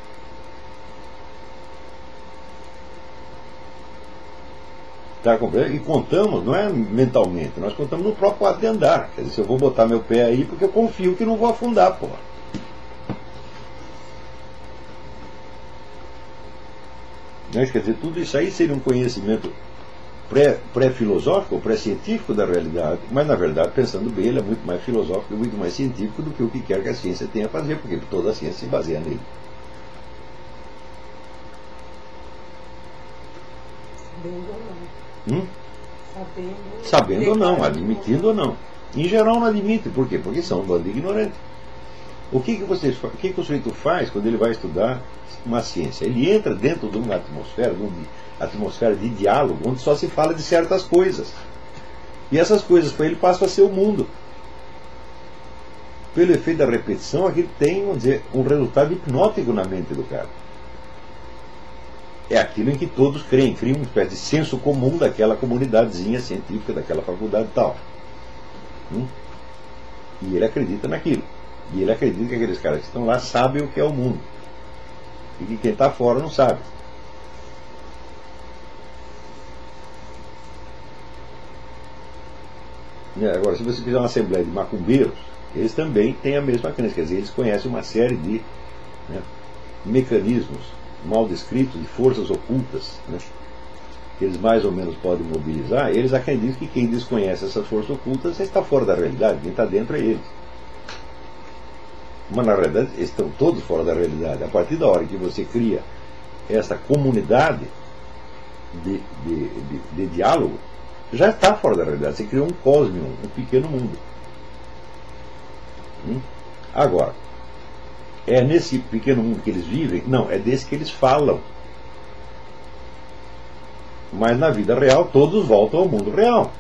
Tá compreendendo? E contamos, não é mentalmente, nós contamos no próprio ato de andar. Quer dizer, se eu vou botar meu pé aí, porque eu confio que não vou afundar, porra. Né? Quer dizer, tudo isso aí seria um conhecimento pré-filosófico, pré-científico da realidade, mas na verdade, pensando bem, ele é muito mais filosófico e muito mais científico do que o que quer que a ciência tenha a fazer, porque toda a ciência se baseia nele. Sabendo ou não. Sabendo ou não, admitindo ou não. Em geral não admite, por quê? Porque são um bando de ignorantes. O que o sujeito faz quando ele vai estudar uma ciência? Ele entra dentro de uma atmosfera de diálogo, onde só se fala de certas coisas. E essas coisas para ele passam a ser o mundo. Pelo efeito da repetição, aquilo tem, vamos dizer, um resultado hipnótico na mente do cara. É aquilo em que todos creem, criam uma espécie de senso comum daquela comunidadezinha científica, daquela faculdade e tal. E ele acredita naquilo. E ele acredita que aqueles caras que estão lá sabem o que é o mundo. E que quem está fora não sabe. Agora, se você fizer uma assembleia de macumbeiros, eles também têm a mesma crença. Quer dizer, eles conhecem uma série de mecanismos mal descritos, de forças ocultas, que eles mais ou menos podem mobilizar. Eles acreditam que quem desconhece essas forças ocultas está fora da realidade. Quem está dentro é eles. Mas na realidade eles estão todos fora da realidade. A partir da hora que você cria essa comunidade de diálogo, já está fora da realidade. Você criou um cosmos, um pequeno mundo. Agora, é nesse pequeno mundo que eles vivem? Não, é desse que eles falam. Mas na vida real todos voltam ao mundo real.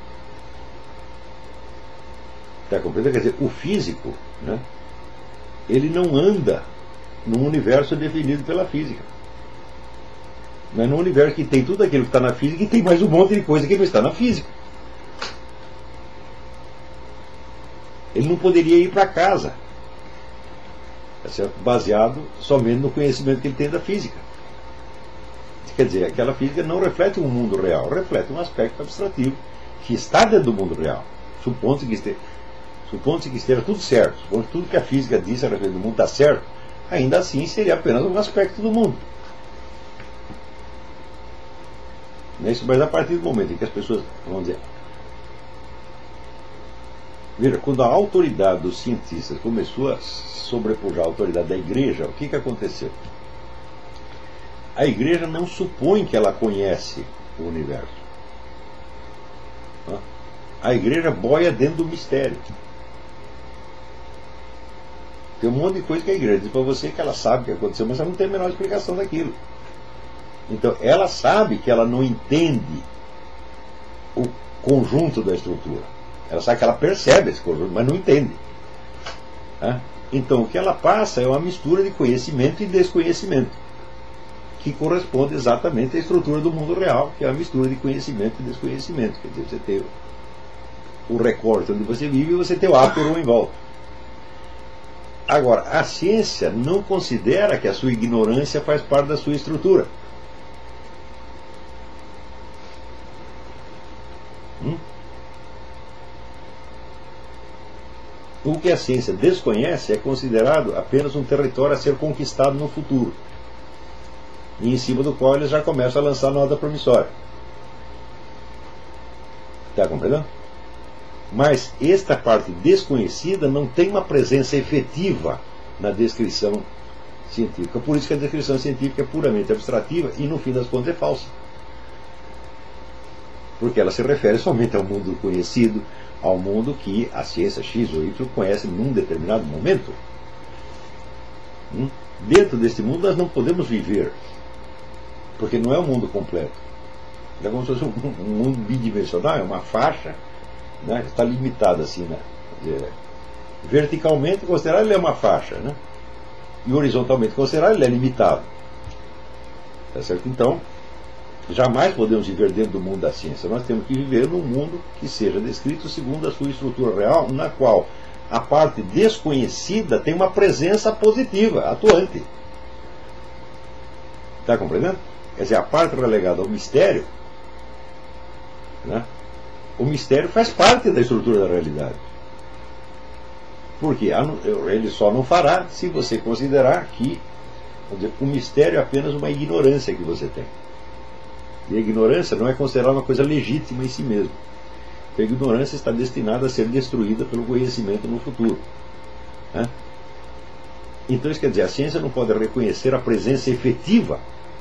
Está compreendendo? Quer dizer, o físico, ele não anda num universo definido pela física. Não é num universo que tem tudo aquilo que está na física e tem mais um monte de coisa que não está na física. Ele não poderia ir para casa, baseado somente no conhecimento que ele tem da física. Quer dizer, aquela física não reflete um mundo real, reflete um aspecto abstrativo que está dentro do mundo real. Supondo-se que esteja tudo certo, supondo que tudo que a física diz a respeito do mundo está certo, ainda assim seria apenas um aspecto do mundo. Mas a partir do momento em que as pessoas, vamos dizer, veja, quando a autoridade dos cientistas começou a sobrepujar a autoridade da igreja, o que aconteceu? A igreja não supõe que ela conhece o universo. A igreja boia dentro do mistério. Tem um monte de coisa que a igreja diz para você que ela sabe o que aconteceu, mas ela não tem a menor explicação daquilo. Então, ela sabe que ela não entende o conjunto da estrutura. Ela sabe que ela percebe esse conjunto, mas não entende. Então, o que ela passa é uma mistura de conhecimento e desconhecimento, que corresponde exatamente à estrutura do mundo real, que é a mistura de conhecimento e desconhecimento. Quer dizer, você tem o recorte onde você vive e você tem o ápero em volta. Agora, a ciência não considera que a sua ignorância faz parte da sua estrutura. O que a ciência desconhece é considerado apenas um território a ser conquistado no futuro, e em cima do qual eles já começam a lançar nota promissória. Está compreendendo? Mas esta parte desconhecida não tem uma presença efetiva na descrição científica. Por isso que a descrição científica é puramente abstrativa e, no fim das contas, é falsa. Porque ela se refere somente ao mundo conhecido, ao mundo que a ciência X ou Y conhece num determinado momento. Dentro desse mundo nós não podemos viver, porque não é um mundo completo. É como se fosse um mundo bidimensional, é uma faixa, está limitada assim, verticalmente considerado ele é uma faixa, e horizontalmente considerado ele é limitado. Tá certo? Então, jamais podemos viver dentro do mundo da ciência. Nós temos que viver num mundo que seja descrito segundo a sua estrutura real, na qual a parte desconhecida tem uma presença positiva, atuante. Está compreendendo? Quer dizer, a parte relegada ao mistério, o mistério faz parte da estrutura da realidade. Porque ele só não fará se você considerar que, vamos dizer, o mistério é apenas uma ignorância que você tem. E a ignorância não é considerada uma coisa legítima em si mesma. A ignorância está destinada a ser destruída pelo conhecimento no futuro. Né? Então isso quer dizer, a ciência não pode reconhecer a presença efetiva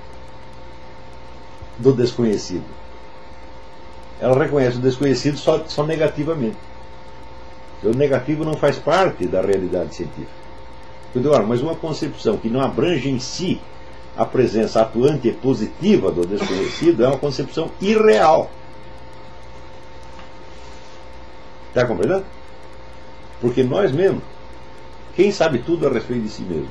do desconhecido. Ela reconhece o desconhecido só negativamente. O negativo não faz parte da realidade científica. Mas uma concepção que não abrange em si a presença atuante e positiva do desconhecido é uma concepção irreal. Está compreendendo? Porque nós mesmos, quem sabe tudo a respeito de si mesmo?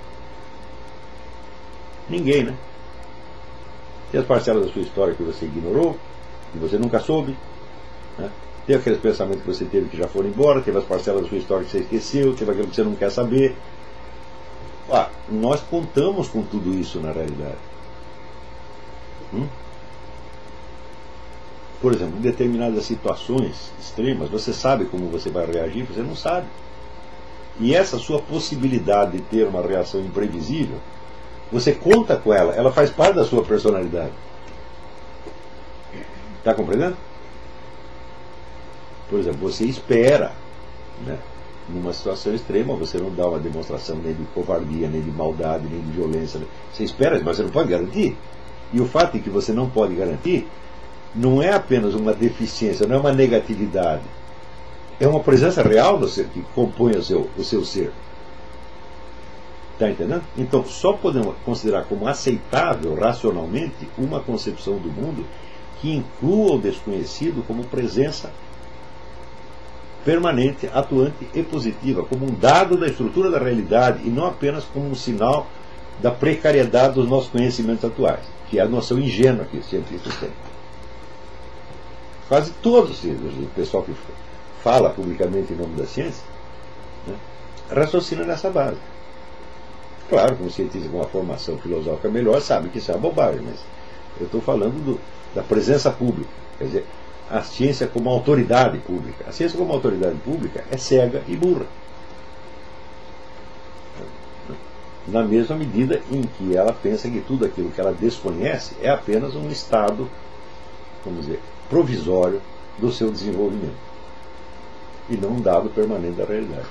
Ninguém, né? Tem as parcelas da sua história que você ignorou, que você nunca soube, né? Tem aqueles pensamentos que você teve que já foram embora, teve as parcelas da sua história que você esqueceu, teve aquilo que você não quer saber. Nós contamos com tudo isso na realidade. Por exemplo, em determinadas situações extremas, você sabe como você vai reagir, você não sabe. E essa sua possibilidade de ter uma reação imprevisível, você conta com ela, ela faz parte da sua personalidade. Está compreendendo? Por exemplo, você espera, né? Numa situação extrema, você não dá uma demonstração nem de covardia, nem de maldade, nem de violência. Você espera, mas você não pode garantir. E o fato de que você não pode garantir não é apenas uma deficiência, não é uma negatividade. É uma presença real do ser que compõe o seu ser. Está entendendo? Então, só podemos considerar como aceitável racionalmente uma concepção do mundo que inclua o desconhecido como presença permanente, atuante e positiva, como um dado da estrutura da realidade e não apenas como um sinal da precariedade dos nossos conhecimentos atuais, que é a noção ingênua que os cientistas têm. Quase todos, o pessoal que fala publicamente em nome da ciência, né, raciocina nessa base. Claro que um cientista com uma formação filosófica melhor sabe que isso é uma bobagem, mas eu estou falando da presença pública. Quer dizer, a ciência como autoridade pública. A ciência como autoridade pública é cega e burra. Na mesma medida em que ela pensa que tudo aquilo que ela desconhece é apenas um estado, vamos dizer, provisório do seu desenvolvimento. E não um dado permanente da realidade.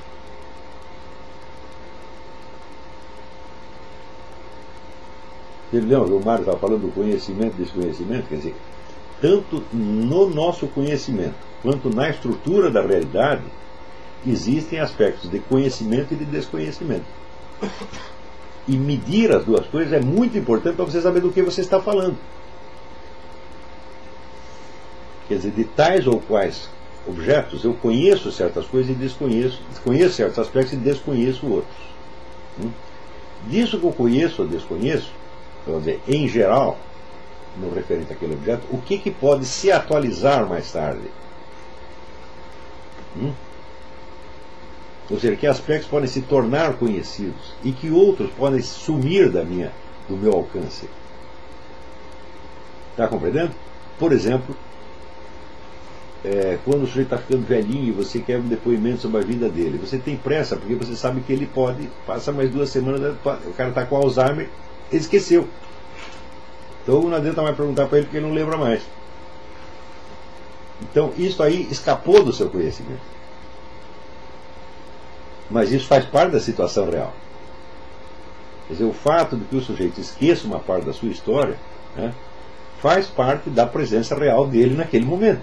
Ele lembra, o Mário estava falando do conhecimento e desconhecimento, quer dizer, tanto no nosso conhecimento quanto na estrutura da realidade existem aspectos de conhecimento e de desconhecimento. E medir as duas coisas é muito importante para você saber do que você está falando. Quer dizer, de tais ou quais objetos eu conheço certas coisas e conheço certos aspectos e desconheço outros. Disso que eu conheço ou desconheço, vamos dizer, em geral, no referente àquele objeto, o que pode se atualizar mais tarde? Ou seja, que aspectos podem se tornar conhecidos e que outros podem sumir do meu alcance. Está compreendendo? Por exemplo, quando o sujeito está ficando velhinho e você quer um depoimento sobre a vida dele, você tem pressa porque você sabe que ele pode passar mais 2 semanas, o cara está com Alzheimer, ele esqueceu. Então não adianta mais perguntar para ele porque ele não lembra mais. Então isso aí escapou do seu conhecimento. Mas isso faz parte da situação real. Quer dizer, o fato de que o sujeito esqueça uma parte da sua história, né, faz parte da presença real dele naquele momento.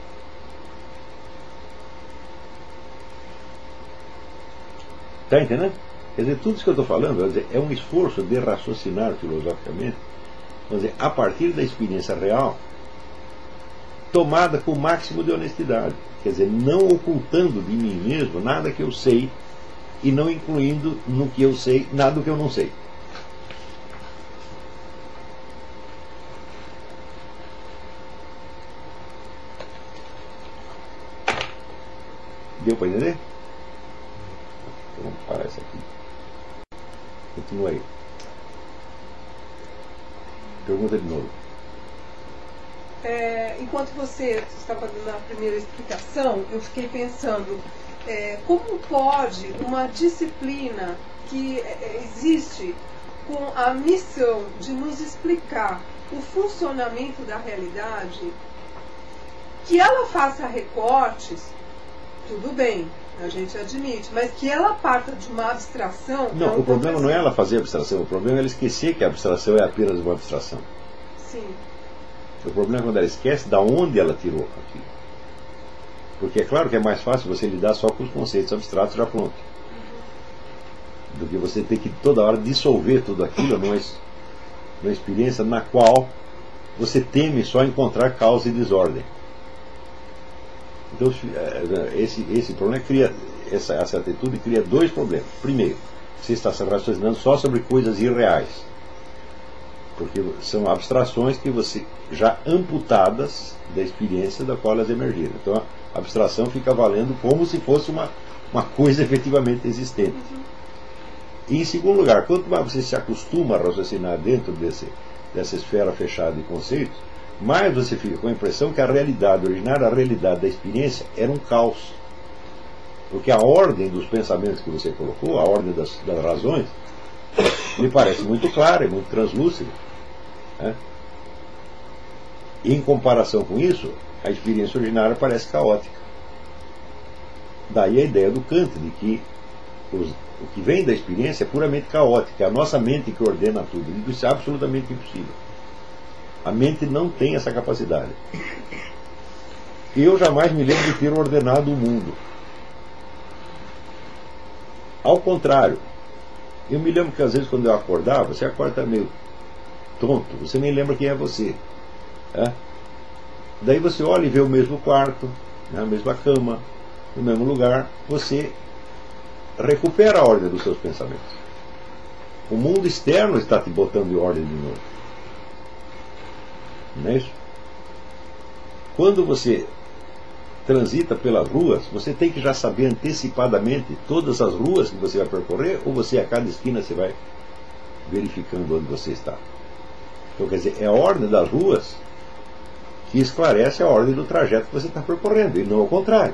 Está entendendo? Quer dizer, tudo isso que eu estou falando é um esforço de raciocinar filosoficamente, vamos dizer, a partir da experiência real, tomada com o máximo de honestidade. Quer dizer, não ocultando de mim mesmo nada que eu sei e não incluindo no que eu sei nada do que eu não sei. Deu para entender? Então vamos parar isso aqui. Continua aí. Pergunta de novo. Enquanto você estava dando a primeira explicação, eu fiquei pensando, como pode uma disciplina que existe com a missão de nos explicar o funcionamento da realidade, que ela faça recortes, tudo bem, a gente admite, mas que ela parta de uma abstração... Não, o problema não é ela fazer abstração, o problema é ela esquecer que a abstração é apenas uma abstração. Sim. O problema é quando ela esquece de onde ela tirou aquilo. Porque é claro que é mais fácil você lidar só com os conceitos abstratos já prontos, do que você ter que toda hora dissolver tudo aquilo numa experiência na qual você teme só encontrar causa e desordem. Então esse problema cria, essa atitude cria dois problemas. Primeiro, você está se raciocinando só sobre coisas irreais, porque são abstrações que você já amputadas da experiência da qual elas emergiram. Então a abstração fica valendo como se fosse uma coisa efetivamente existente. E em segundo lugar, quanto mais você se acostuma a raciocinar dentro dessa esfera fechada de conceitos, mais você fica com a impressão que a realidade originária, a realidade da experiência, era um caos. Porque a ordem dos pensamentos que você colocou, a ordem das razões, me parece muito clara e muito translúcida. Né? E em comparação com isso, a experiência originária parece caótica. Daí a ideia do Kant de que o que vem da experiência é puramente caótico, é a nossa mente que ordena tudo. Isso é absolutamente impossível. A mente não tem essa capacidade. Eu jamais me lembro de ter ordenado o mundo. Ao contrário, eu me lembro que às vezes quando eu acordava, você acorda meio tonto, você nem lembra quem é você. Daí você olha e vê o mesmo quarto, a mesma cama, no mesmo lugar, você recupera a ordem dos seus pensamentos. O mundo externo está te botando em ordem de novo. Não é isso? Quando você transita pelas ruas, você tem que já saber antecipadamente todas as ruas que você vai percorrer, ou você a cada esquina você vai verificando onde você está. Então, quer dizer, é a ordem das ruas que esclarece a ordem do trajeto que você está percorrendo, e não ao contrário.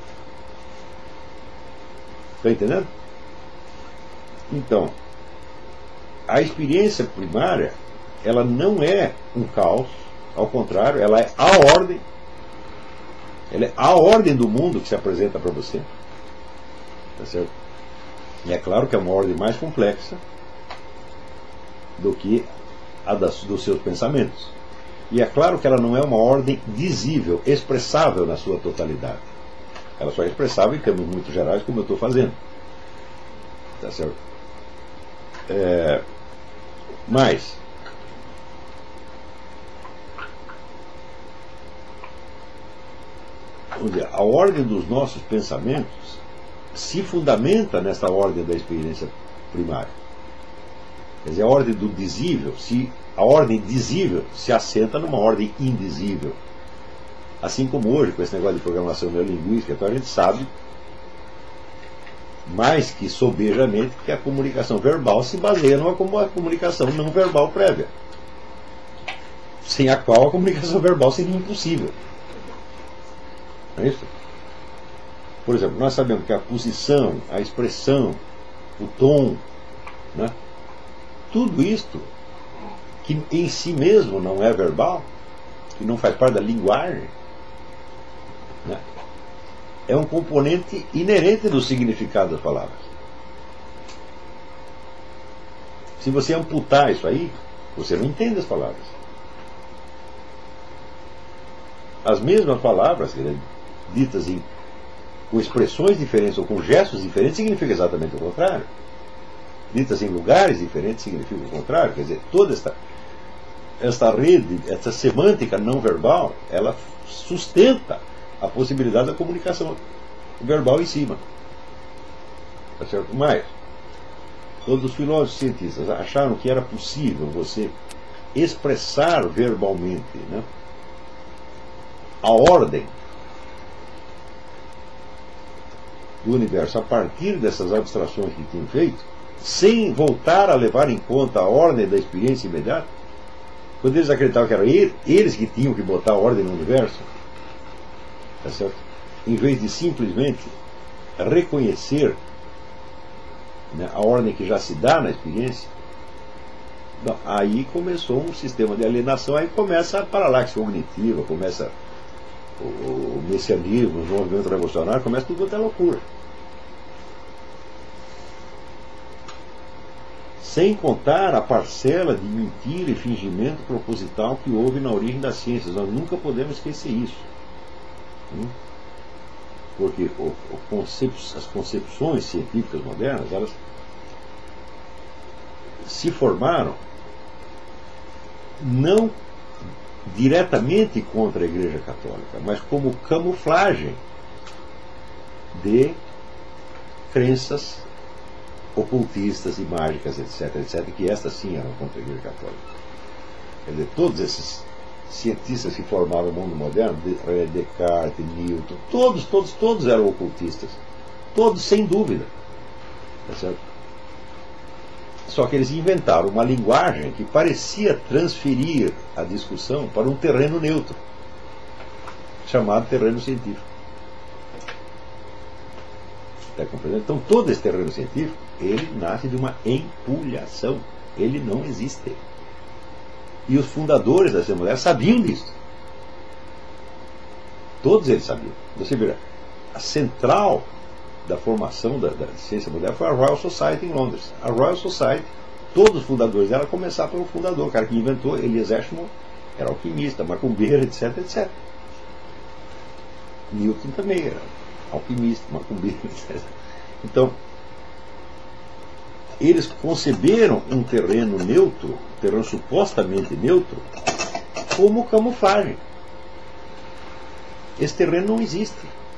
Está entendendo? Então, a experiência primária, ela não é um caos, ao contrário, ela é a ordem. Ela é a ordem do mundo que se apresenta para você. Tá certo? E é claro que é uma ordem mais complexa do que a dos seus pensamentos. E é claro que ela não é uma ordem visível, expressável na sua totalidade. Ela só é expressável em termos muito gerais, como eu estou fazendo. Tá certo? Mas a ordem dos nossos pensamentos se fundamenta nessa ordem da experiência primária. Quer dizer, a ordem do dizível, a ordem dizível se assenta numa ordem indizível. Assim como hoje, com esse negócio de programação neurolinguística, então a gente sabe, mais que sobejamente, que a comunicação verbal se baseia numa comunicação não verbal prévia, sem a qual a comunicação verbal seria impossível. Não é isso? Por exemplo, nós sabemos que a posição, a expressão, o tom, né, tudo isto, que em si mesmo não é verbal, que não faz parte da linguagem, né, é um componente inerente do significado das palavras. Se você amputar isso aí, você não entende as palavras. As mesmas palavras, ditas com expressões diferentes ou com gestos diferentes, significa exatamente o contrário. Ditas em lugares diferentes, significa o contrário. Quer dizer, toda esta rede, essa semântica não verbal, ela sustenta a possibilidade da comunicação verbal em cima. Tá certo? Mas todos os filósofos e cientistas acharam que era possível você expressar verbalmente, né, a ordem do universo a partir dessas abstrações que tinham feito, sem voltar a levar em conta a ordem da experiência imediata. Quando eles acreditavam que eram eles que tinham que botar a ordem no universo, tá certo? Em vez de simplesmente reconhecer, né, a ordem que já se dá na experiência, Não, aí começou um sistema de alienação, aí começa a paralaxe cognitiva, começa o messianismo, o movimento revolucionário, começa tudo quanto é loucura. Sem contar a parcela de mentira e fingimento proposital que houve na origem das ciências. Nós nunca podemos esquecer isso. Porque as concepções científicas modernas, elas se formaram não diretamente contra a Igreja Católica, mas como camuflagem de crenças ocultistas e mágicas, etc., etc., que estas sim eram contra a Igreja Católica. Quer dizer, todos esses cientistas que formaram o mundo moderno, Descartes, Newton, todos eram ocultistas. Todos, sem dúvida. Tá certo? Só que eles inventaram uma linguagem que parecia transferir a discussão para um terreno neutro, chamado terreno científico. Está compreendendo? Então, todo esse terreno científico, ele nasce de uma empulhação. Ele não existe. E os fundadores da ciência moderna sabiam disso. Todos eles sabiam. Você verá, a central da formação da ciência moderna foi a Royal Society em Londres. A Royal Society, todos os fundadores dela começaram pelo fundador, o cara que inventou, Elias Ashmole, era alquimista, macumbeiro, etc., etc. Newton também era alquimista, macumbeiro, etc. Então, eles conceberam um terreno neutro, um terreno supostamente neutro, como camuflagem. Esse terreno não existe.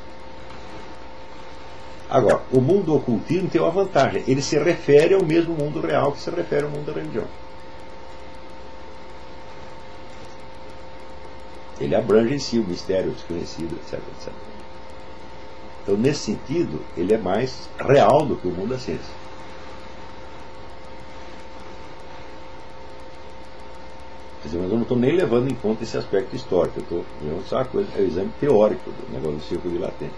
Agora, o mundo do ocultismo tem uma vantagem. Ele se refere ao mesmo mundo real que se refere ao mundo da religião. Ele abrange em si o mistério desconhecido, etc., etc. Então, nesse sentido, ele é mais real do que o mundo da ciência. Quer dizer, mas eu não estou nem levando em conta esse aspecto histórico. Eu estou vendo só a coisa, é o exame teórico do negócio do círculo dilatente.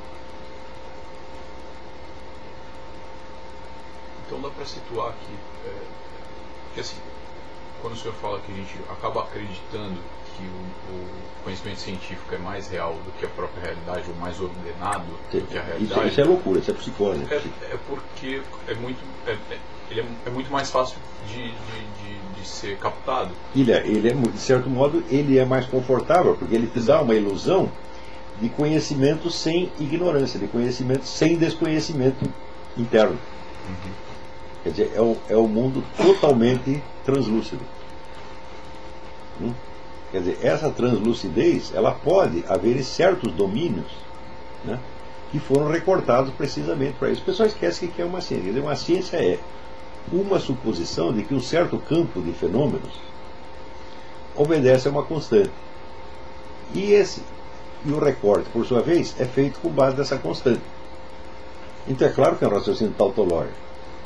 Então dá para situar aqui, que assim, quando o senhor fala que a gente acaba acreditando que o conhecimento científico é mais real do que a própria realidade, ou mais ordenado do que a realidade... Isso é loucura, isso é psicose. É porque ele é muito mais fácil de ser captado. Ele é, de certo modo, ele é mais confortável, porque ele te dá uma ilusão de conhecimento sem ignorância, de conhecimento sem desconhecimento interno. Quer dizer, é um mundo totalmente translúcido. Quer dizer, essa translucidez, ela pode haver em certos domínios, né, que foram recortados precisamente para isso. O pessoal esquece que é uma ciência. Quer dizer, uma ciência é uma suposição de que um certo campo de fenômenos obedece a uma constante. E o recorte, por sua vez, é feito com base nessa constante. Então é claro que é um raciocínio tautológico.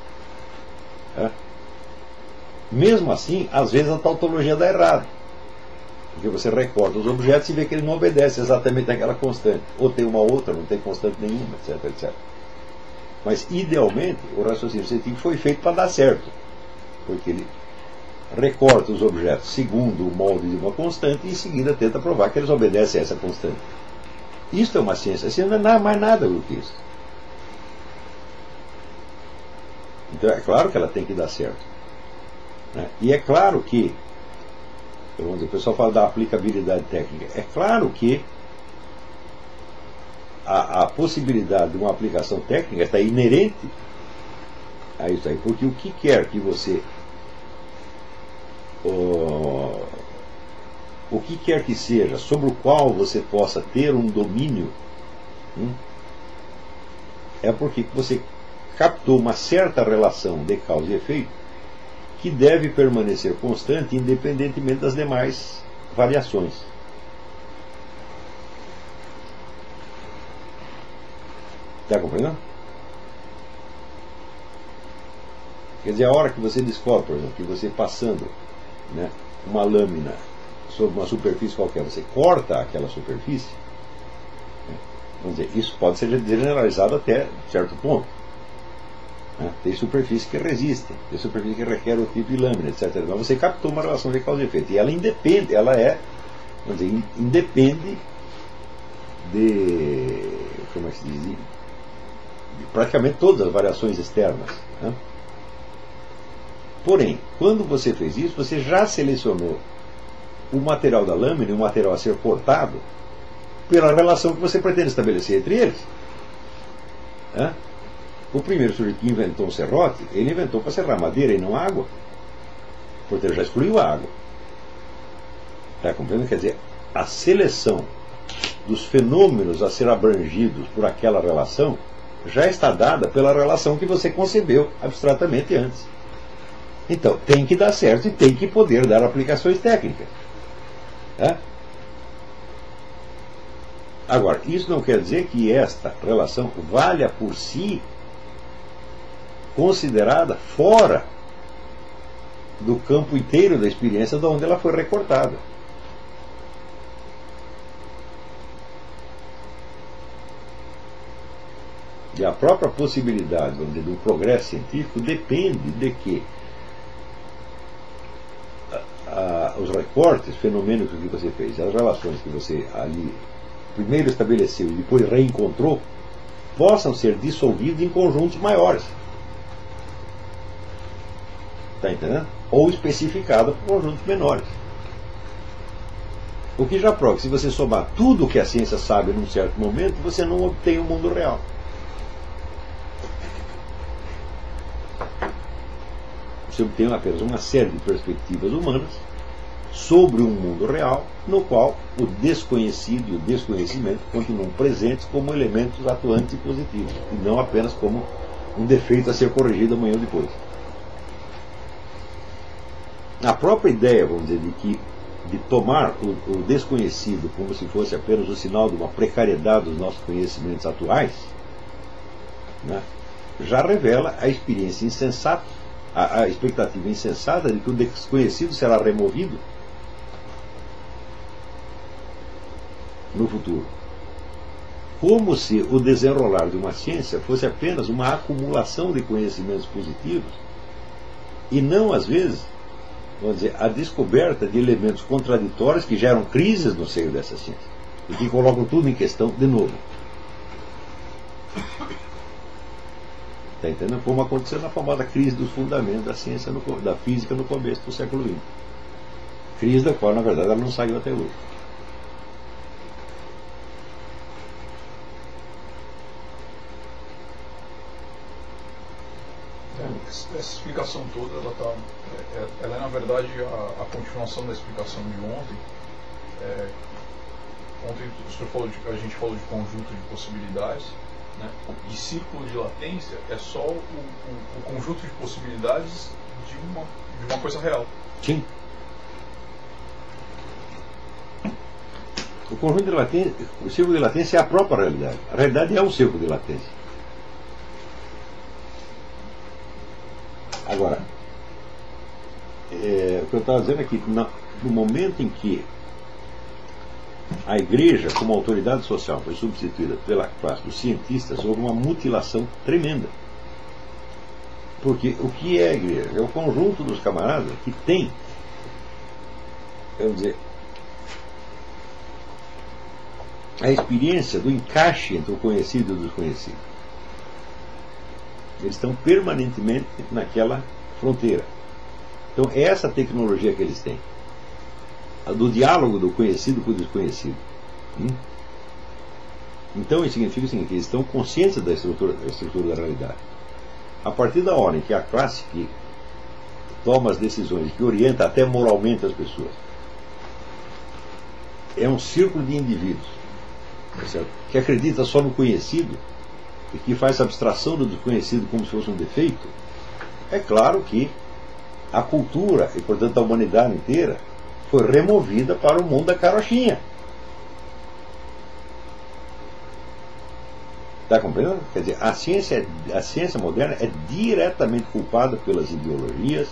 Mesmo assim, às vezes a tautologia dá errado. Porque você recorta os objetos e vê que ele não obedece exatamente àquela constante. Ou tem uma outra, não tem constante nenhuma, etc., etc. Mas, idealmente, o raciocínio científico foi feito para dar certo. Porque ele recorta os objetos segundo o molde de uma constante e, em seguida, tenta provar que eles obedecem a essa constante. Isto é uma ciência. A ciência não é mais nada do que isso. Então, é claro que ela tem que dar certo. Né? E é claro que, o pessoal fala da aplicabilidade técnica, é claro que a possibilidade de uma aplicação técnica está inerente a isso aí, porque o que quer que você o que quer que seja sobre o qual você possa ter um domínio, é porque você captou uma certa relação de causa e efeito que deve permanecer constante independentemente das demais variações. Está compreendendo? Quer dizer, a hora que você descobre, por exemplo, que você passando, né, uma lâmina sobre uma superfície qualquer, você corta aquela superfície, né, vamos dizer, isso pode ser generalizado até certo ponto. né? Tem superfícies que resistem, tem superfícies que requerem o tipo de lâmina, etc. Mas você captou uma relação de causa e efeito. E ela independe, ela é, vamos dizer, independe de, como é que se diz, de praticamente todas as variações externas, né? Porém, quando você fez isso, você já selecionou o material da lâmina e o material a ser cortado pela relação que você pretende estabelecer entre eles, né? O primeiro sujeito que inventou um serrote, ele inventou para serrar madeira e não água, porque ele já excluiu a água. Está compreendendo? Quer dizer, a seleção dos fenômenos a ser abrangidos por aquela relação já está dada pela relação que você concebeu abstratamente antes. Então, tem que dar certo e tem que poder dar aplicações técnicas. É? Agora, isso não quer dizer que esta relação valha por si considerada fora do campo inteiro da experiência de onde ela foi recortada. E a própria possibilidade, vamos dizer, do progresso científico depende de que os recortes fenomênicos que você fez, as relações que você ali primeiro estabeleceu e depois reencontrou, possam ser dissolvidos em conjuntos maiores. Está entendendo? Ou especificados por conjuntos menores. O que já prova que se você somar tudo o que a ciência sabe num certo momento, você não obtém o mundo real. Você obtém apenas uma série de perspectivas humanas sobre um mundo real, no qual o desconhecido e o desconhecimento continuam presentes como elementos atuantes e positivos, e não apenas como um defeito a ser corrigido amanhã ou depois. A própria ideia, vamos dizer, de tomar o desconhecido como se fosse apenas o sinal de uma precariedade dos nossos conhecimentos atuais, né, já revela a experiência insensata, a expectativa insensata de que o desconhecido será removido no futuro. Como se o desenrolar de uma ciência fosse apenas uma acumulação de conhecimentos positivos e não, às vezes, vamos dizer, a descoberta de elementos contraditórios que geram crises no seio dessa ciência e que colocam tudo em questão de novo. Está entendendo? Como aconteceu na famosa crise dos fundamentos da ciência, da física no começo do século XX. Crise da qual, na verdade, ela não saiu até hoje. Essa explicação toda, ela é na verdade a continuação da explicação de ontem. Ontem a gente falou de conjunto de possibilidades, né? E círculo de latência é só o conjunto de possibilidades de uma coisa real. Sim. O conjunto de latência, o círculo de latência é a própria realidade. A realidade é um círculo de latência. Agora, o que eu estava dizendo é que no momento em que a igreja, como autoridade social, foi substituída pela classe dos cientistas, houve uma mutilação tremenda. Porque o que é a igreja? É o conjunto dos camaradas que tem, vamos dizer, a experiência do encaixe entre o conhecido e o desconhecido. Eles estão permanentemente naquela fronteira. Então é essa tecnologia que eles têm, a do diálogo do conhecido com o desconhecido. Então isso significa o seguinte: eles estão conscientes da estrutura da realidade. A partir da hora em que a classe que toma as decisões, que orienta até moralmente as pessoas, é um círculo de indivíduos, certo? Que acredita só no conhecido e que faz abstração do desconhecido como se fosse um defeito, é claro que a cultura, e portanto a humanidade inteira, foi removida para o mundo da carochinha. Está compreendendo? Quer dizer, a ciência moderna é diretamente culpada pelas ideologias,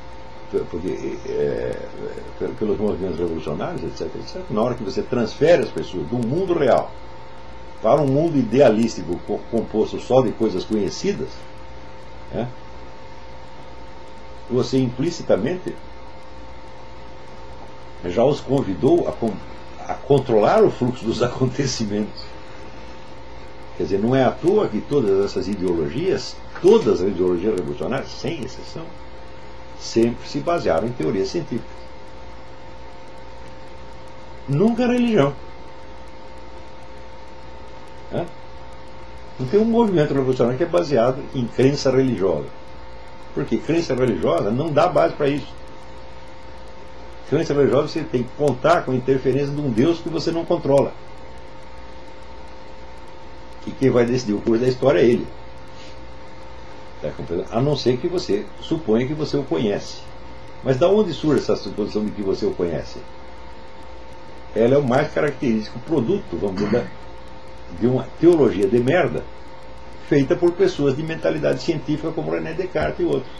pelos movimentos revolucionários, etc, etc. Na hora que você transfere as pessoas do mundo real para um mundo idealístico composto só de coisas conhecidas, Você implicitamente já os convidou a controlar o fluxo dos acontecimentos. Quer dizer, não é à toa que todas essas ideologias, todas as ideologias revolucionárias, sem exceção, sempre se basearam em teorias científicas. Nunca religião. Não tem um movimento revolucionário que é baseado em crença religiosa. Porque crença religiosa não dá base para isso. Crença religiosa você tem que contar com a interferência de um Deus que você não controla. E quem vai decidir o curso da história é ele. A não ser que você suponha que você o conhece. Mas da onde surge essa suposição de que você o conhece? Ela é o mais característico produto, vamos dizer, de uma teologia de merda feita por pessoas de mentalidade científica como René Descartes e outros.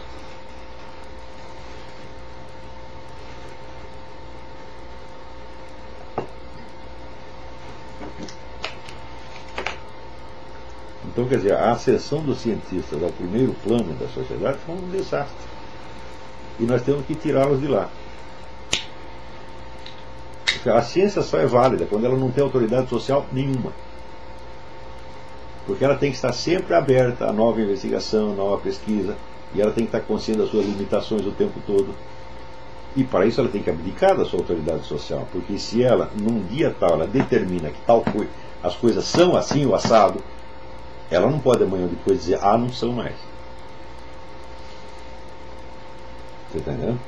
Então, quer dizer, a ascensão dos cientistas ao primeiro plano da sociedade foi um desastre. E nós temos que tirá-los de lá. Porque a ciência só é válida quando ela não tem autoridade social nenhuma. Porque ela tem que estar sempre aberta a nova investigação, nova pesquisa, e ela tem que estar consciente das suas limitações o tempo todo. E para isso ela tem que abdicar da sua autoridade social. Porque se ela, num dia tal, ela determina que tal coisa, as coisas são assim ou assado, ela não pode amanhã depois dizer, não são mais. Você está entendendo?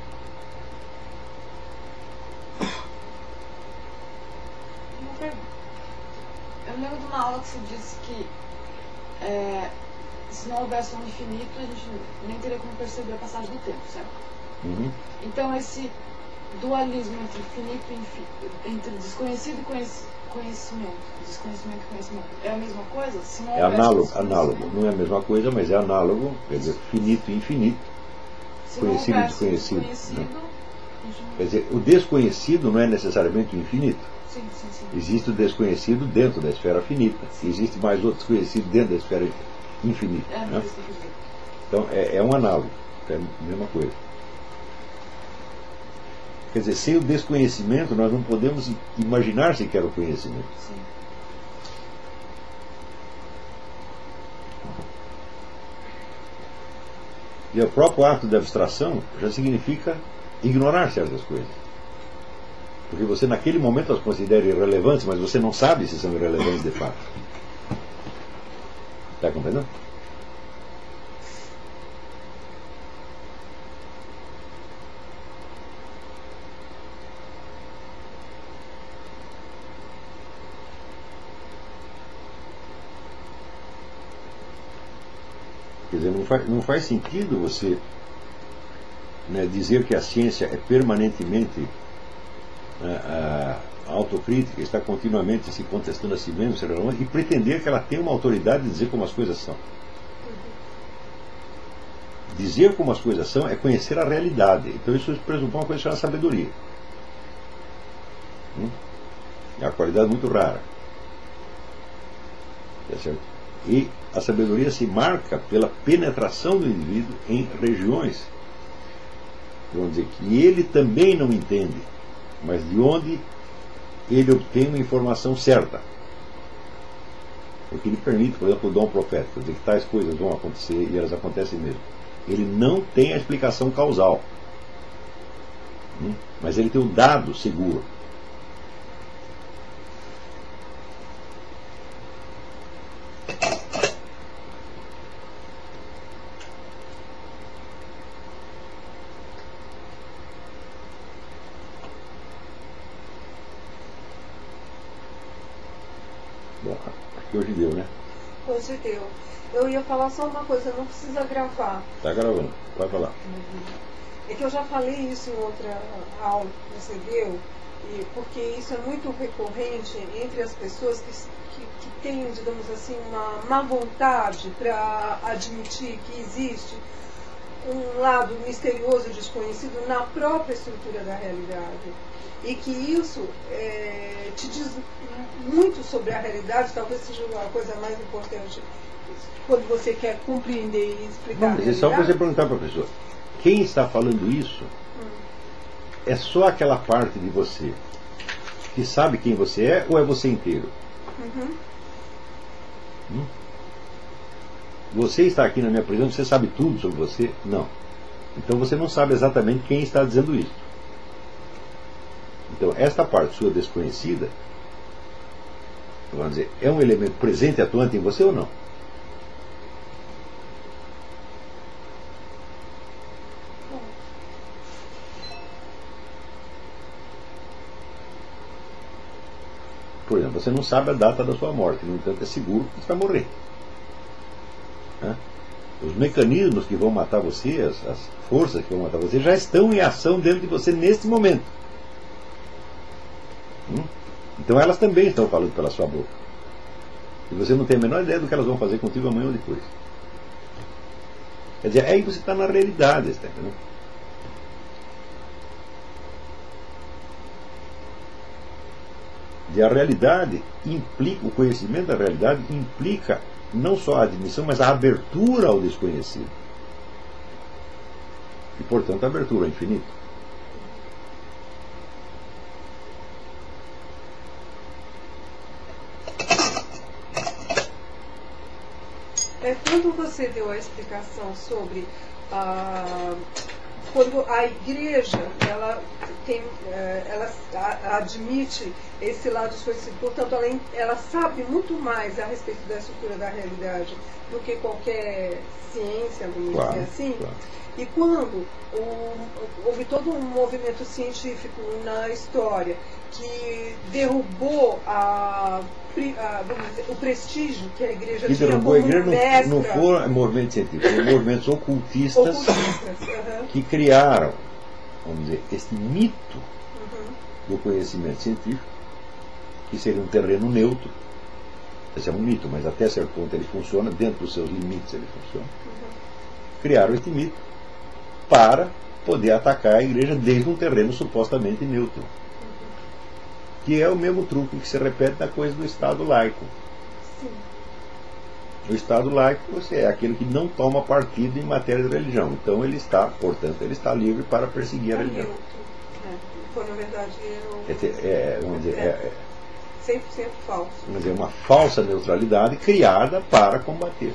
Eu lembro de uma aula que você disse que se não houvesse um infinito, a gente nem teria como perceber a passagem do tempo, certo? Uhum. Então esse dualismo entre infinito e infinito, entre desconhecido e conhecimento, desconhecimento e conhecimento, é a mesma coisa? Se não é análogo, não é a mesma coisa, mas é análogo, quer dizer, finito e infinito, se conhecido e desconhecido. Quer dizer, o desconhecido não é necessariamente o infinito. Sim. Existe o desconhecido dentro da esfera finita. Existe mais outro desconhecido dentro da esfera infinita. Né? Então é um análogo, é a mesma coisa. Quer dizer, sem o desconhecimento nós não podemos imaginar sequer o conhecimento. Sim. E o próprio ato de abstração já significa ignorar certas coisas. Porque você naquele momento as considera irrelevantes, mas você não sabe se são irrelevantes de fato. Está compreendendo? Quer dizer, não faz sentido você, né, dizer que a ciência é permanentemente a autocrítica, está continuamente se contestando a si mesmo e pretender que ela tem uma autoridade de dizer como as coisas são. Dizer como as coisas são é conhecer a realidade. Então isso pressupõe uma coisa chamada sabedoria. É uma qualidade muito rara. Tá certo? E a sabedoria se marca pela penetração do indivíduo em regiões, vamos dizer, que ele também não entende, mas de onde ele obtém uma informação certa. Porque ele permite, por exemplo, o dom profético, dizer que tais coisas vão acontecer e elas acontecem mesmo. Ele não tem a explicação causal, mas ele tem o dado seguro. Bom, acho que hoje deu, né? Hoje deu. Eu ia falar só uma coisa, não precisa gravar. Está gravando, vai falar. É que eu já falei isso em outra aula que você deu, porque isso é muito recorrente entre as pessoas que têm, digamos assim, uma má vontade para admitir que existe um lado misterioso e desconhecido na própria estrutura da realidade. E que isso te diz muito sobre a realidade, talvez seja a coisa mais importante. quando você quer compreender e explicar. Não, mas é só você perguntar para a pessoa: quem está falando isso é só aquela parte de você que sabe quem você é, ou é você inteiro? Você está aqui na minha prisão, você sabe tudo sobre você? Não. Então você não sabe exatamente quem está dizendo isso. Então esta parte sua desconhecida, vamos dizer, é um elemento presente e atuante em você ou não? Por exemplo, você não sabe a data da sua morte, no entanto é seguro que você vai morrer. Os mecanismos que vão matar você, as forças que vão matar você, já estão em ação dentro de você neste momento. Então elas também estão falando pela sua boca. E você não tem a menor ideia do que elas vão fazer contigo amanhã ou depois. Quer dizer, aí você está na realidade, está entendendo? E a realidade implica, o conhecimento da realidade implica não só a admissão, mas a abertura ao desconhecido. E, portanto, a abertura ao infinito. Quando você deu a explicação sobre quando a igreja ela admite esse lado desconhecido, portanto ela sabe muito mais a respeito da estrutura da realidade do que qualquer ciência, vamos dizer assim. Claro. E quando houve todo um movimento científico na história que derrubou o prestígio que a igreja tinha como mestra. Não foram movimentos científicos, foram movimentos ocultistas que criaram, vamos dizer, este mito do conhecimento científico, que seria um terreno neutro. Esse é um mito, mas até certo ponto ele funciona, dentro dos seus limites ele funciona. Criaram este mito para poder atacar a igreja desde um terreno supostamente neutro. Que é o mesmo truque que se repete na coisa do Estado laico. Sim. O Estado laico é aquele que não toma partido em matéria de religião. Então ele está, portanto, ele está livre para perseguir a religião. Quando na verdade vamos dizer, 100% falso. Vamos dizer, uma falsa neutralidade criada para combater.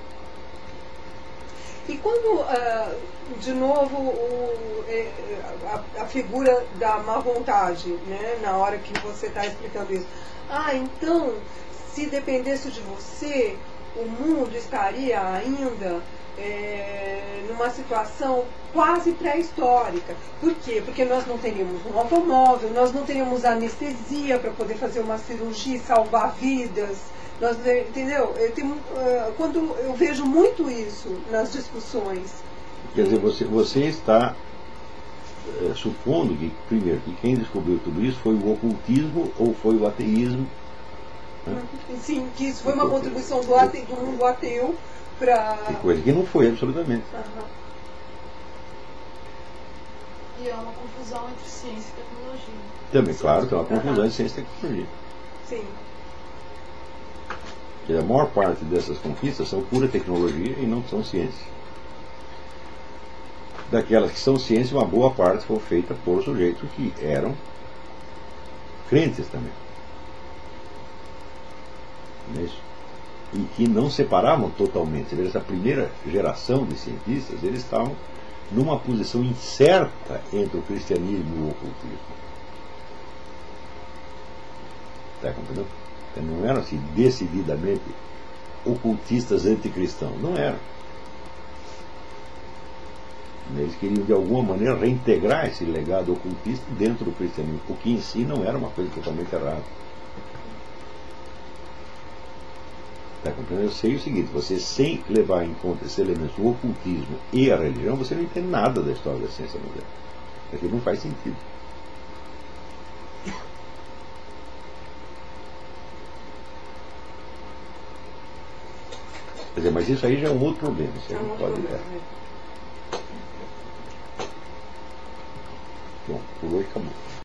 E quando, de novo, a figura da má vontade, né, na hora que você está explicando isso. Então, se dependesse de você, o mundo estaria ainda numa situação quase pré-histórica. Por quê? Porque nós não teríamos um automóvel, nós não teríamos anestesia para poder fazer uma cirurgia e salvar vidas. Entendeu? Quando eu vejo muito isso nas discussões. Quer dizer, você está supondo que, primeiro, que quem descobriu tudo isso foi o ocultismo ou foi o ateísmo. Né? Sim, que isso foi uma contribuição do mundo ateu para. Que coisa que não foi, absolutamente. E é uma confusão entre ciência e tecnologia. Também, claro, tem uma confusão entre ciência e tecnologia. Sim. A maior parte dessas conquistas são pura tecnologia e não são ciência. Daquelas que são ciência, uma boa parte foi feita por sujeitos que eram crentes também. Não é isso? E que não separavam totalmente. Essa primeira geração de cientistas, eles estavam numa posição incerta entre o cristianismo e o ocultismo. Está compreendendo? Não eram assim decididamente ocultistas anticristãos, não eram. Eles queriam de alguma maneira reintegrar esse legado ocultista dentro do cristianismo, o que em si não era uma coisa totalmente errada. Está compreendendo? Eu sei o seguinte: você, sem levar em conta esses elementos, o ocultismo e a religião, você não entende nada da história da ciência moderna. Porque não faz sentido. Quer dizer, mas isso aí já é um outro problema. Isso aí não pode dar. Bom, por hoje acabou.